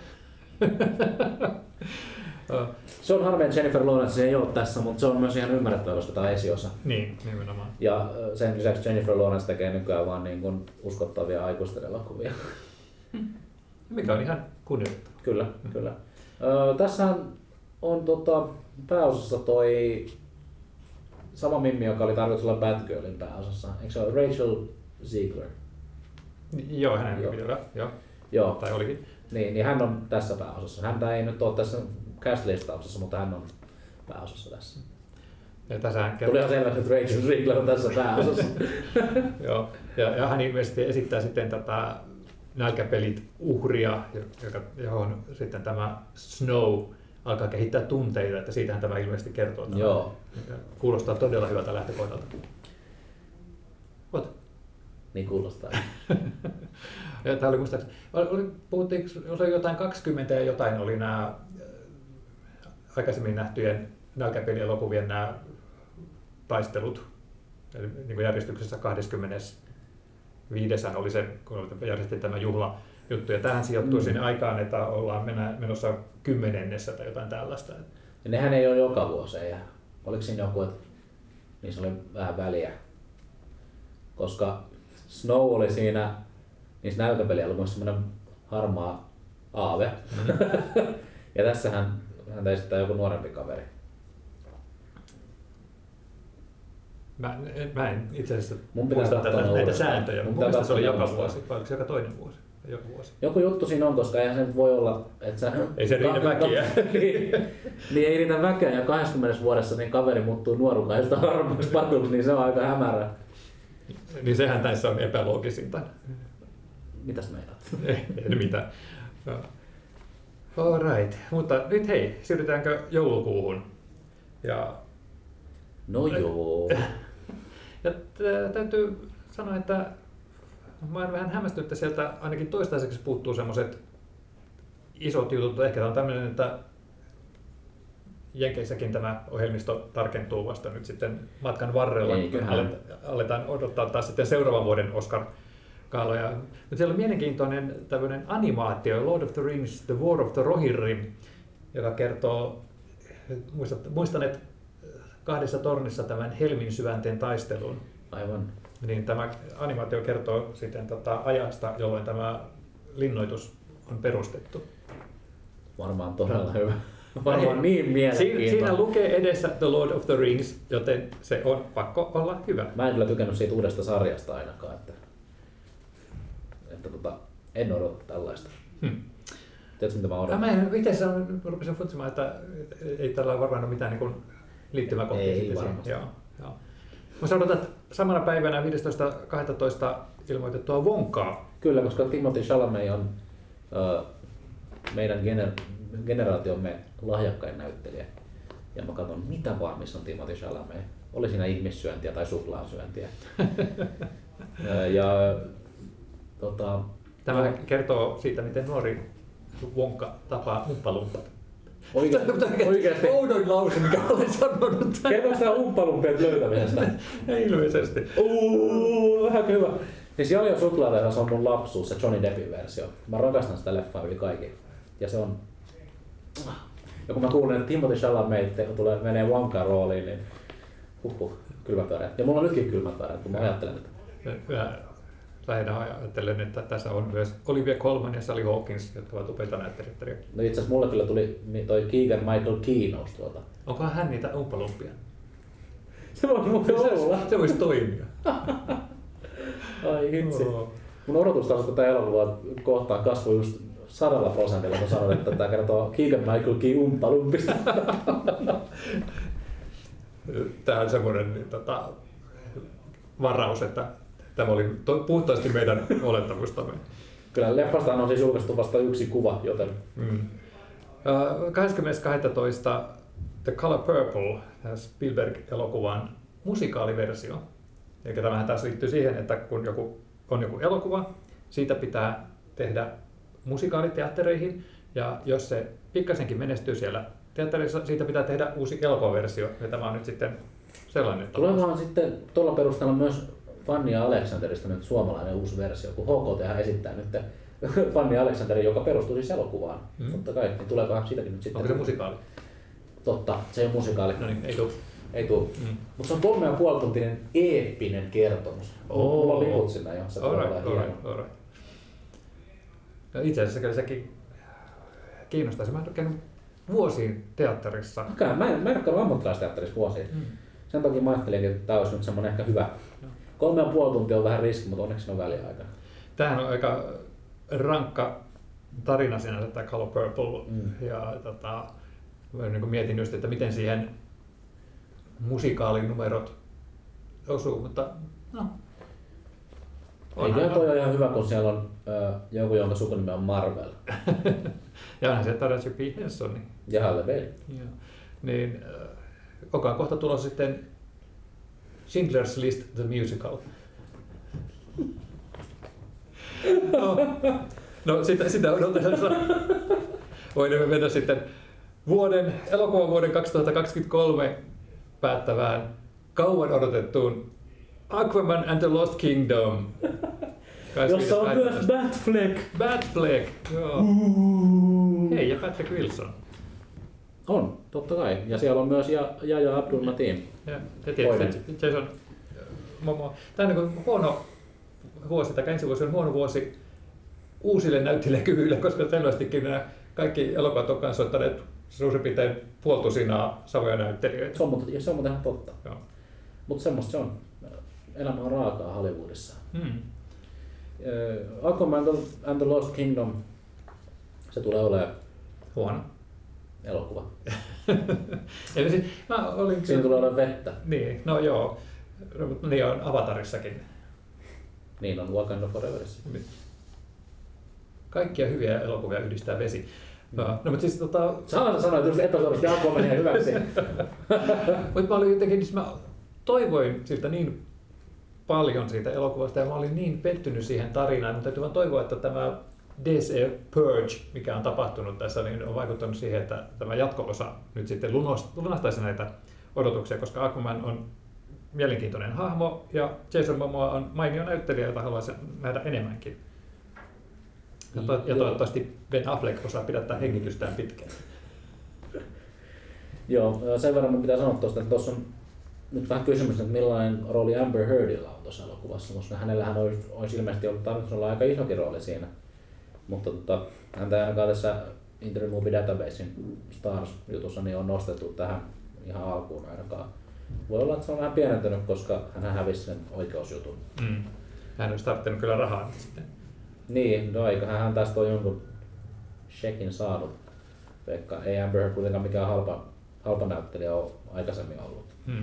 Se on harmi, että Jennifer Lawrence ei ole tässä, mutta se on myös ihan ymmärrettävä, koska tämä on esiosa. Niin, nimenomaan. Ja ö, sen lisäksi Jennifer Lawrence tekee nykyään vaan niin kuin uskottavia aikuisten elokuvia. Mikä on ihan kunnioittava. Kyllä, kyllä. Ö, tässähän on tota, pääosassa toi sama mimmi, joka oli tarkoitus olla Batgirlin pääosassa. Eikö se ole Rachel Ziegler? Joo, hänen Joo. nimi joo. Joo, Tai olikin. niin, niin hän on tässä pääosassa. Häntä ei nyt ole tässä cast-listauksessa, mutta hän on pääosassa tässä. Ja tässähän Tuli ihan selväksi, että Rachel Ziegler on tässä pääosassa. Joo, ja, ja hän ilmeisesti esittää sitten tätä nälkäpelit uhria, joka, johon sitten tämä Snow alkaa kehittää tunteita, että siitähän tämä ilmeisesti kertoo. Tämä. Joo. Kuulostaa todella hyvältä lähtökohdalta. Ot. Niin kuulostaa. Ja tämä oli muistaakseni, oli, puhuttiinko, oli jotain kaksikymmentä ja jotain oli nämä äh, aikaisemmin nähtyjen nälkäpelielokuvien nämä taistelut. Eli niin kuin järjestyksessä kaksikymmentäviisi oli se, kun järjestettiin tämä juhlajuttu. Ja tähän sijoittuu mm. sinne aikaan, että ollaan menossa kymmenennessä tai jotain tällaista. Ja nehän ei ole joka vuosi. Ja oliko siinä joku, että niissä oli vähän väliä? Koska Snow oli siinä niissä nälkäpelielokuvissa semmoinen harmaa aave. Mm. Ja tässähän häntä esittää joku nuorempi kaveri. Mä, mä en itse asiassa Mun pitää muista katsoa tätä, ne näitä uudestaan. sääntöjä. Mun Mun pitää mielestä se oli katsoa joka ne vuosi, vai oliko se joka toinen vuosi? Joka vuosi. Joku juttu siinä on, koska eihän se nyt voi olla, että sä... Ei se riitä väkiä. niin, niin ei riitä väkeä ja kaksikymmentä vuodessa niin kaveri muuttuu nuorukaisesta harmaaksi patuksi, niin se on aika hämärä. Niin sehän tässä on epäloogisinta. Mitäs meinaat? Ei, ei mitään. All right. Mutta nyt hei, siirrytäänkö joulukuuhun? Ja, No joo. ja t- täytyy sanoa, että mä olen vähän hämmästynyt, että sieltä ainakin toistaiseksi puuttuu semmoiset isot jutut. Ehkä tämä on tämmöinen, että Jenkeissäkin tämä ohjelmisto tarkentuu vasta nyt sitten matkan varrella. Eiköhän. Aletaan odottaa taas sitten seuraavan vuoden Oscar-kaaloja. Mutta siellä on mielenkiintoinen tämmöinen animaatio, Lord of the Rings, The War of the Rohirrim, joka kertoo, muistat, muistaneet kahdessa tornissa tämän Helmin syvänteen taistelun. Aivan. Niin tämä animaatio kertoo sitten tota ajasta, jolloin tämä linnoitus on perustettu. Varmaan todella hyvä. Varmaan niin Siinä, mielenkiintoinen. siinä lukee edessä The Lord of the Rings, joten se on pakko olla hyvä. Mä en kyllä tykännyt siitä uudesta sarjasta ainakaan. Että, että tota, en odota tällaista. Hmm. Tiedätkö mitä mä odotan? Mä en itse asiassa rupesin futsimaan, että ei tällä varmaan ole mitään niin liittymäkohtia. Ei sitten varmasti. siihen. Joo, joo. Mä odotan, että samana päivänä viidestoista kahdestoista ilmoitettua Wonkaa. Kyllä, koska Timothée Chalamet on uh, meidän gener- generaatiomme lahjakkain näyttelijä. Ja mä katson mitä vaan, missä on Timothée Chalamet. Oli siinä ihmissyöntiä tai suklaasyöntiä. ja, tota, Tämä no, kertoo siitä, miten nuori Wonka tapaa umppalumpat. Oikeasti. oikeasti. Oudoin lause, mikä olen sanonut. Kertoo sitä umppalumpien löytämisestä. Ilmeisesti. Uuu, vähän hyvä. Siis Jalja Suklaatehdas on mun lapsuus, se Johnny Deppin versio. Mä rakastan sitä leffaa yli kaikki. Ja se on... Ja kun mä kuulen, että Timothée Chalamet tulee, menee Wonkaan rooliin, niin huhhuh, kylmät väreet. Ja mulla on nytkin kylmät väreet, kun mä ajattelen tätä. Mä lähinnä ajattelen, että tässä on myös Olivia Colman ja Sally Hawkins, jotka ovat upeita näyttelijöitä. No itse asiassa mulle kyllä tuli toi Keegan Michael Key nousi tuolta. Onkohan hän niitä umppalumpia? Se voisi muuten olla. Se, se voisi toimia. Ai hitsi. Oh. Mun odotustaso tätä elokuvaa kohtaan kasvoi just sadalla prosentilla, kun sanoin, että tämä kertoo Keegan Michael Key umppalumpista. Tämä on semmoinen niin, tota, varaus, että tämä oli to, puhtaasti meidän olettamustamme. Kyllä leffasta on siis julkaistu vasta yksi kuva, joten... Mm. kahdeskymmenes toinen The Color Purple, Spielberg-elokuvan musikaaliversio. Eli tämähän taas liittyy siihen, että kun joku, on joku elokuva, siitä pitää tehdä musikaaliteattereihin, ja jos se pikkasenkin menestyy siellä teatterissa, siitä pitää tehdä uusi elokuvaversio, ja tämä on nyt sitten sellainen. Tuleekohan sitten tuolla perusteella myös Fanny ja Alexanderista nyt suomalainen uusi versio, kun H K T esittää nyt Fanny ja Alexanderin, joka perustuu siis elokuvaan. Mm. Totta kai, niin tuleekohan siitäkin nyt sitten... Onko se musikaali? Totta, se on musikaali. No niin, ei tule. Ei tule. Mm. Mutta se on kolme ja puoli tuntinen eeppinen kertomus. Oh. Mulla on liput sinne jo, se tulee right, hieno. Right, right. No itse asiassa kyllä sekin kiinnostaisi. Mä en ole käynyt vuosiin teatterissa. Okay, mä en, mä en ole käynyt ammattilaisteatterissa vuosiin. Mm. Sen takia mä ajattelin, että tämä olisi nyt semmoinen ehkä hyvä. No. Kolme ja puoli tuntia on vähän riski, mutta onneksi se on väliaika. Tämähän on aika rankka tarina sinänsä, tämä Color Purple. Mm. Ja tota, mä niin mietin just, että miten siihen musikaalinumerot osuu, mutta no. Eiköhän toi on ihan hyvä, kun siellä on äh, joku, jonka sukunimi on Marvel. Ja onhan se Taraji P. Henson. Niin. Ja Halle Berry. Niin, äh, onkaan kohta tulossa sitten Schindler's List the Musical. No, no sitä, sitä odotellessa voimme mennä sitten vuoden, elokuvan vuoden kaksituhattakaksikymmentäkolme päättävään kauan odotettuun Aquaman and the Lost Kingdom. Jossa on myös Batfleck. Batfleck, joo. Hei, ja Patrick Wilson. On, totta kai. Ja siellä on myös Jaja ja, ja Abdul Mateen. Ja, ja tietysti Jason Momoa. Tämä on niin huono vuosi, tai ensi vuosi on huono vuosi uusille näyttelijäkyvyille, koska selvästikin nämä kaikki elokuvat on kanssa ottaneet suurin piirtein puoltusinaa samoja näyttelijöitä. Se on muuten, se on muuten ihan totta. Joo. Mutta semmoista se on. Elämä on raakaa Hollywoodissa. Hmm. Uh, Aquaman and the Lost Kingdom, se tulee olemaan huono elokuva. Eli siis, mä olin Siinä tulee olemaan vettä. Niin, no joo. No, niin on Avatarissakin. Niin on Wakanda Foreverissa. Kaikkia hyviä elokuvia yhdistää vesi. No, no mutta siis tota... Sä sanoit just epäsuorasti Aquamania hyväksi. Mutta mä olin jotenkin, siis mä toivoin siltä niin paljon siitä elokuvasta ja mä olin niin pettynyt siihen tarinaan, mutta täytyy vaan toivoa, että tämä D C Purge, mikä on tapahtunut tässä, niin on vaikuttanut siihen, että tämä jatko-osa nyt sitten lunastaisi näitä odotuksia, koska Aquaman on mielenkiintoinen hahmo ja Jason Momoa on mainio näyttelijä, jota haluaisin nähdä enemmänkin. Ja, to- ja toivottavasti Ben Affleck osaa pidättää hengitystään pitkään. Joo, sen verran mun pitää sanoa tuosta, että tuossa on nyt vähän kysymys, että millainen rooli Amber Heardilla on tuossa elokuvassa, koska hänellähän olisi, olisi ilmeisesti ollut tarkoitus olla aika isokin rooli siinä. Mutta tota, häntä ei ainakaan tässä Internet Movie Databasein Stars-jutussa niin on nostettu tähän ihan alkuun ainakaan. Voi olla, että se on vähän pienentynyt, koska hän hävisi sen oikeusjutun. Mm. Hän olisi tarvittanut kyllä rahaa nyt sitten. Niin, no eiköhän hän tästä ole jonkun shekin saanut. Veikka, ei Amber Heard kuitenkaan mikään halpa, halpa näyttelijä ole aikaisemmin ollut. Hmm.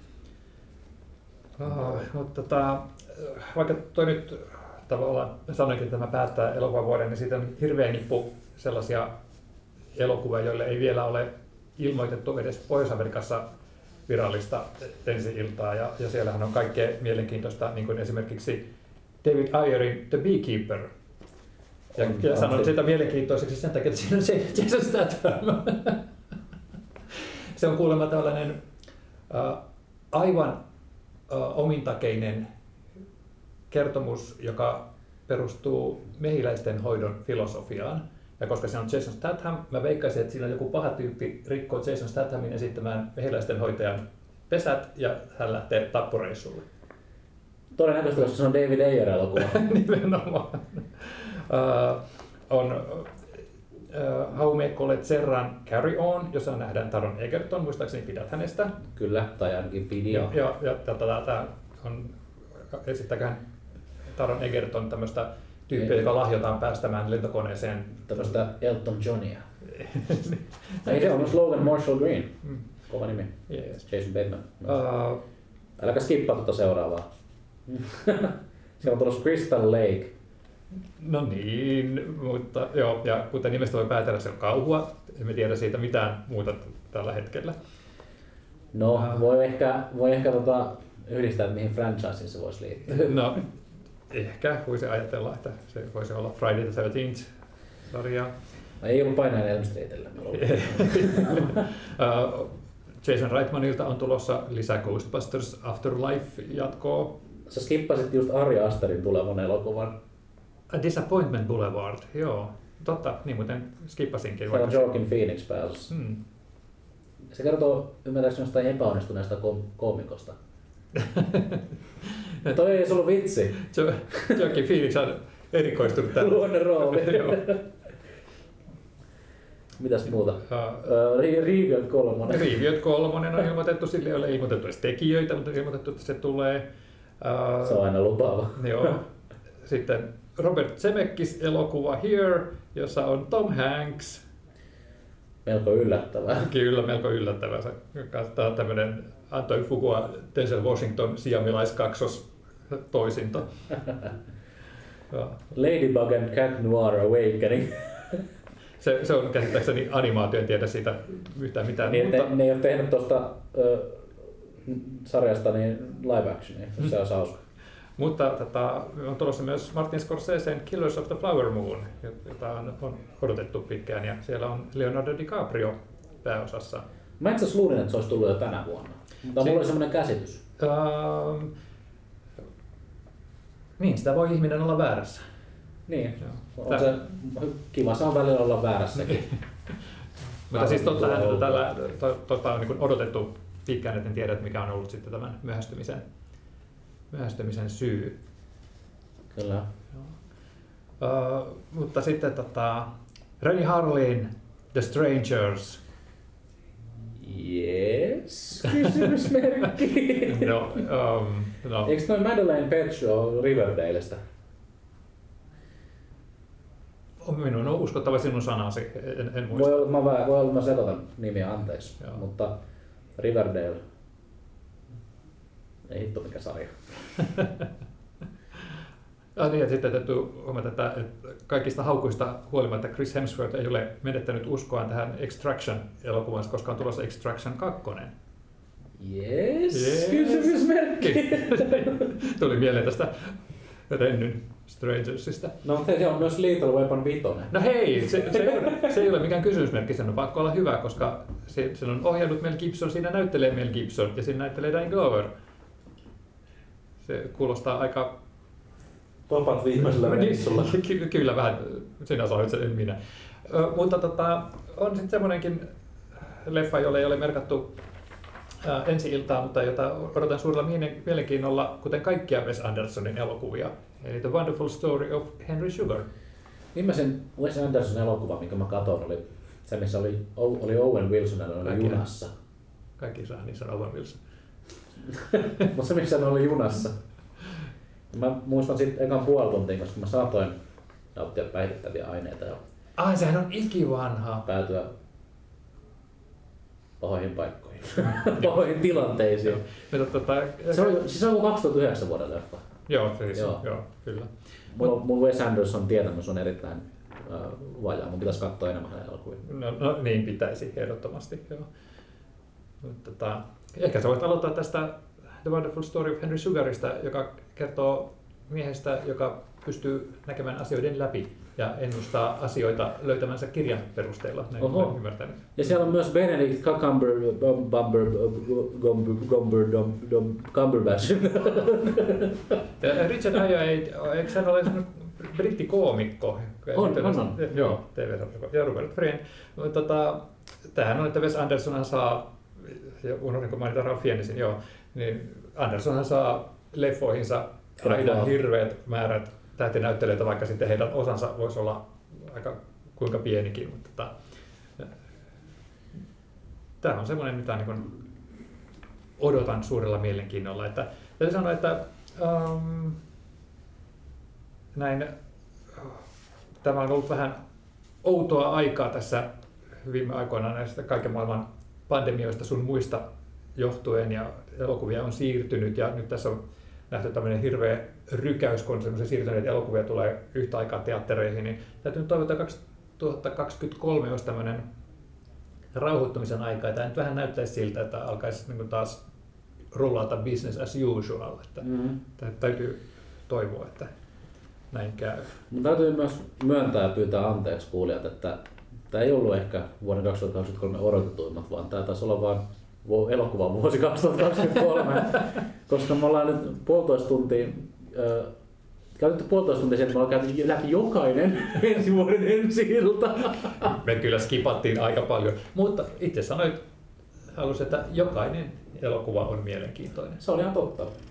Oh, mutta tota, vaikka toi nyt tavallaan sanoinkin, että tämä päättää elokuvavuoden, niin siitä on hirveä nippu sellaisia elokuvia, joille ei vielä ole ilmoitettu edes Pohjois-Amerikassa virallista ensi-iltaa. Ja, ja siellähän on kaikkea mielenkiintoista, niin kuin esimerkiksi David Ayerin The Beekeeper. Ja, on, ja on sanon sitä mielenkiintoiseksi sen takia, että siinä on se Jason Statham. Se on kuulemma tällainen äh, aivan äh, omintakeinen kertomus, joka perustuu mehiläisten hoidon filosofiaan. Ja koska se on Jason Statham, mä veikkaisin, että siinä on joku paha tyyppi rikkoo Jason Stathamin esittämään mehiläisten hoitajan pesät ja hän lähtee tapporeissulle. Todennäköisesti, koska se on David Ayer-elokuva. Nimenomaan. Uh, on uh, How Me Call It Serran Carry On, jossa nähdään Taron Egerton, muistaakseni pidät hänestä. Kyllä, tai ainakin pidi. Ja, ja, ja tämä on, esittäkään Taron Egerton tämmöistä tyyppiä, joka lahjotaan päästämään lentokoneeseen. Tämmöistä Elton Johnia. Ei se on myös Logan Marshall Green. Mm. Kova nimi. Yes. Jason Bateman. Uh, Äläkä skippaa tuota seuraavaa. Se on tulossa Crystal Lake. No niin, mutta joo, ja kuten nimestä voi päätellä, se on kauhua. Emme tiedä siitä mitään muuta tällä hetkellä. No, uh, voi ehkä, voi ehkä tota, yhdistää, että mihin franchiseen se voisi liittyä. No, ehkä voisi ajatella, että se voisi olla Friday the thirteenth-sarjaa. Ei ollut Painajan Elm Streetillä. Jason Reitmanilta on tulossa lisää Ghostbusters Afterlife-jatkoa. Sä skippasit just Ari Asterin tulevan elokuvan. A Disappointment Boulevard, joo. Totta, niin muuten skippasinkin. Se on Joaquin Phoenix pääosassa. Hmm. Se kertoo ymmärtääkseni jostain epäonnistuneesta kom- koomikosta. Toi ei ollut vitsi. Joaquin Phoenix on erikoistunut tällä. Luonne rooli. Mitäs muuta? Uh, Riviot kolmonen. Riviot kolmonen on ilmoitettu, sille ei ole ilmoitettu edes tekijöitä, mutta ilmoitettu, että se tulee. Uh, se on aina lupaava. Joo. Sitten Robert Zemeckis elokuva Here, jossa on Tom Hanks. Melko yllättävää. Kyllä, melko yllättävää. Se on tämmöinen Antoine Fuqua, Denzel Washington siamilaiskaksos toisinto. Ladybug and Cat Noir Awakening. Se, se on käsittääkseni animaatio, en tiedä siitä yhtään mitään. Niin, mutta... ne, ne ei ole tehnyt tuosta ö, sarjasta niin live actionia, se on hauska. Mutta tota, on tulossa myös Martin Scorseseen Killers of the Flower Moon, jota on, on odotettu pitkään, ja siellä on Leonardo DiCaprio pääosassa. Mä itse asiassa luulin, että se olisi tullut jo tänä vuonna, mutta si- mulla oli semmoinen käsitys. Uh, niin, sitä voi ihminen olla väärässä. Niin, on se, kiva se on välillä olla väärässäkin. Mutta siis tottahan tätä tällä, to, tota on niin odotettu pitkään, että en tiedä, että mikä on ollut sitten tämän myöhästymisen, myöhästymisen syy. Kyllä. Uh, mutta sitten tota, Renny Harlin, The Strangers. Yes, kysymysmerkki. no, um, no. Eikö noin Madeleine Petro Riverdaleista? Minun on uskottava sinun sanasi, en, en muista. Voi olla, mä, voi olla, mä sekoitan nimiä, anteeksi, Joo. mutta Riverdale, ei hitto mikä sarja. ja niin, ja sitten täytyy huomata, että kaikista haukuista huolimatta Chris Hemsworth ei ole menettänyt uskoaan tähän Extraction-elokuvaan, koska on tulossa Extraction kaksi. Yes, yes. Kysymysmerkki. Tuli mieleen tästä Rennyn Strangersista. No se on myös Lethal Weapon vitonen. No hei, se, se, ei, ole, se ei ole mikään kysymysmerkki, sen on pakko olla hyvä, koska se, sen on ohjannut Mel Gibson, siinä näyttelee Mel Gibson ja siinä näyttelee Danny Glover. Se kuulostaa aika... Topat viimeisellä reissulla. Ky- kyllä vähän, sinä sanoit sen, en minä. Ö, mutta tota, on sitten semmoinenkin leffa, jolle ei ole merkattu ää, ensi-iltaa, mutta jota odotan suurella mielenkiinnolla, kuten kaikkia Wes Andersonin elokuvia. Eli The Wonderful Story of Henry Sugar. Viimeisen Wes Andersonin elokuva, minkä mä katsoin, oli se, missä oli, oli Owen Wilson ja oli Kaikki junassa. Kaikki saa, niissä on Owen Wilson. Mutta se, missä ne oli junassa. Mä muistan sitten ekan puoli tuntia, koska mä saatoin nauttia päihdyttäviä aineita ja Ai, sehän on ikivanha. päätyä pahoihin paikkoihin, pahoihin tilanteisiin. Mutta, tota, Se on, siis se on kaksituhattayhdeksän vuoden leffa. Joo, siis, Joo. joo. joo, kyllä. Mulla, mulla Wes Anderson tietämys on erittäin äh, vajaa. Mun pitäisi katsoa enemmän hänen elokuvia. No, no niin pitäisi, ehdottomasti. Joo. Mutta, tota, ehkä sä voit aloittaa tästä The Wonderful Story of Henry Sugarista, joka kertoo miehestä, joka pystyy näkemään asioiden läpi ja ennustaa asioita löytämänsä kirjan perusteella. Näin Oho. olen ymmärtänyt. Ja siellä on myös Benedict Cumber, Bumber, Gumber, Gumber, Cumberbatch. Ja Richard Ayoade, ei, eikö hän ole brittikoomikko? On, on, on. Joo, T V-sarja. Ja Rupert Friend. Tota, tämähän on, että Wes Andersonhan saa, ja unohdinko mainita Ralph Fiennesin, joo, niin Andersonhan saa leffoihinsa aina hirveät määrät tähtinäyttelijöitä, vaikka sitten heidän osansa voisi olla aika kuinka pienikin. Mutta tota, tämä on semmoinen, mitä niin kuin odotan suurella mielenkiinnolla. Että, täytyy sanoa, että um, näin, tämä on ollut vähän outoa aikaa tässä viime aikoina näistä kaiken maailman pandemioista sun muista johtuen ja elokuvia on siirtynyt ja nyt tässä on nähty tämmöinen hirveä rykäys, kun semmoisia siirtyneitä elokuvia tulee yhtä aikaa teattereihin, niin täytyy nyt toivottaa kaksituhattakaksikymmentäkolme olisi tämmöinen rauhoittumisen aika. Tämä nyt vähän näyttäisi siltä, että alkaisi niin kuin taas rullata business as usual. Että mm-hmm. Täytyy toivoa, että näin käy. Mun täytyy myös myöntää ja pyytää anteeksi kuulijat, että tämä ei ollut ehkä vuoden kaksituhattakaksikymmentäkolme odotetuimmat, vaan tämä taisi olla vain elokuvan vuosi kaksituhattakaksikymmentäkolme, koska me ollaan nyt puolitoista tuntia äh, käytetty puolitoista tuntia sen, että me ollaan käyty läpi jokainen ensi vuoden ensi-ilta. Me kyllä skipattiin aika paljon, mutta itse sanoit, halusin, että jokainen elokuva on mielenkiintoinen. Se on ihan totta.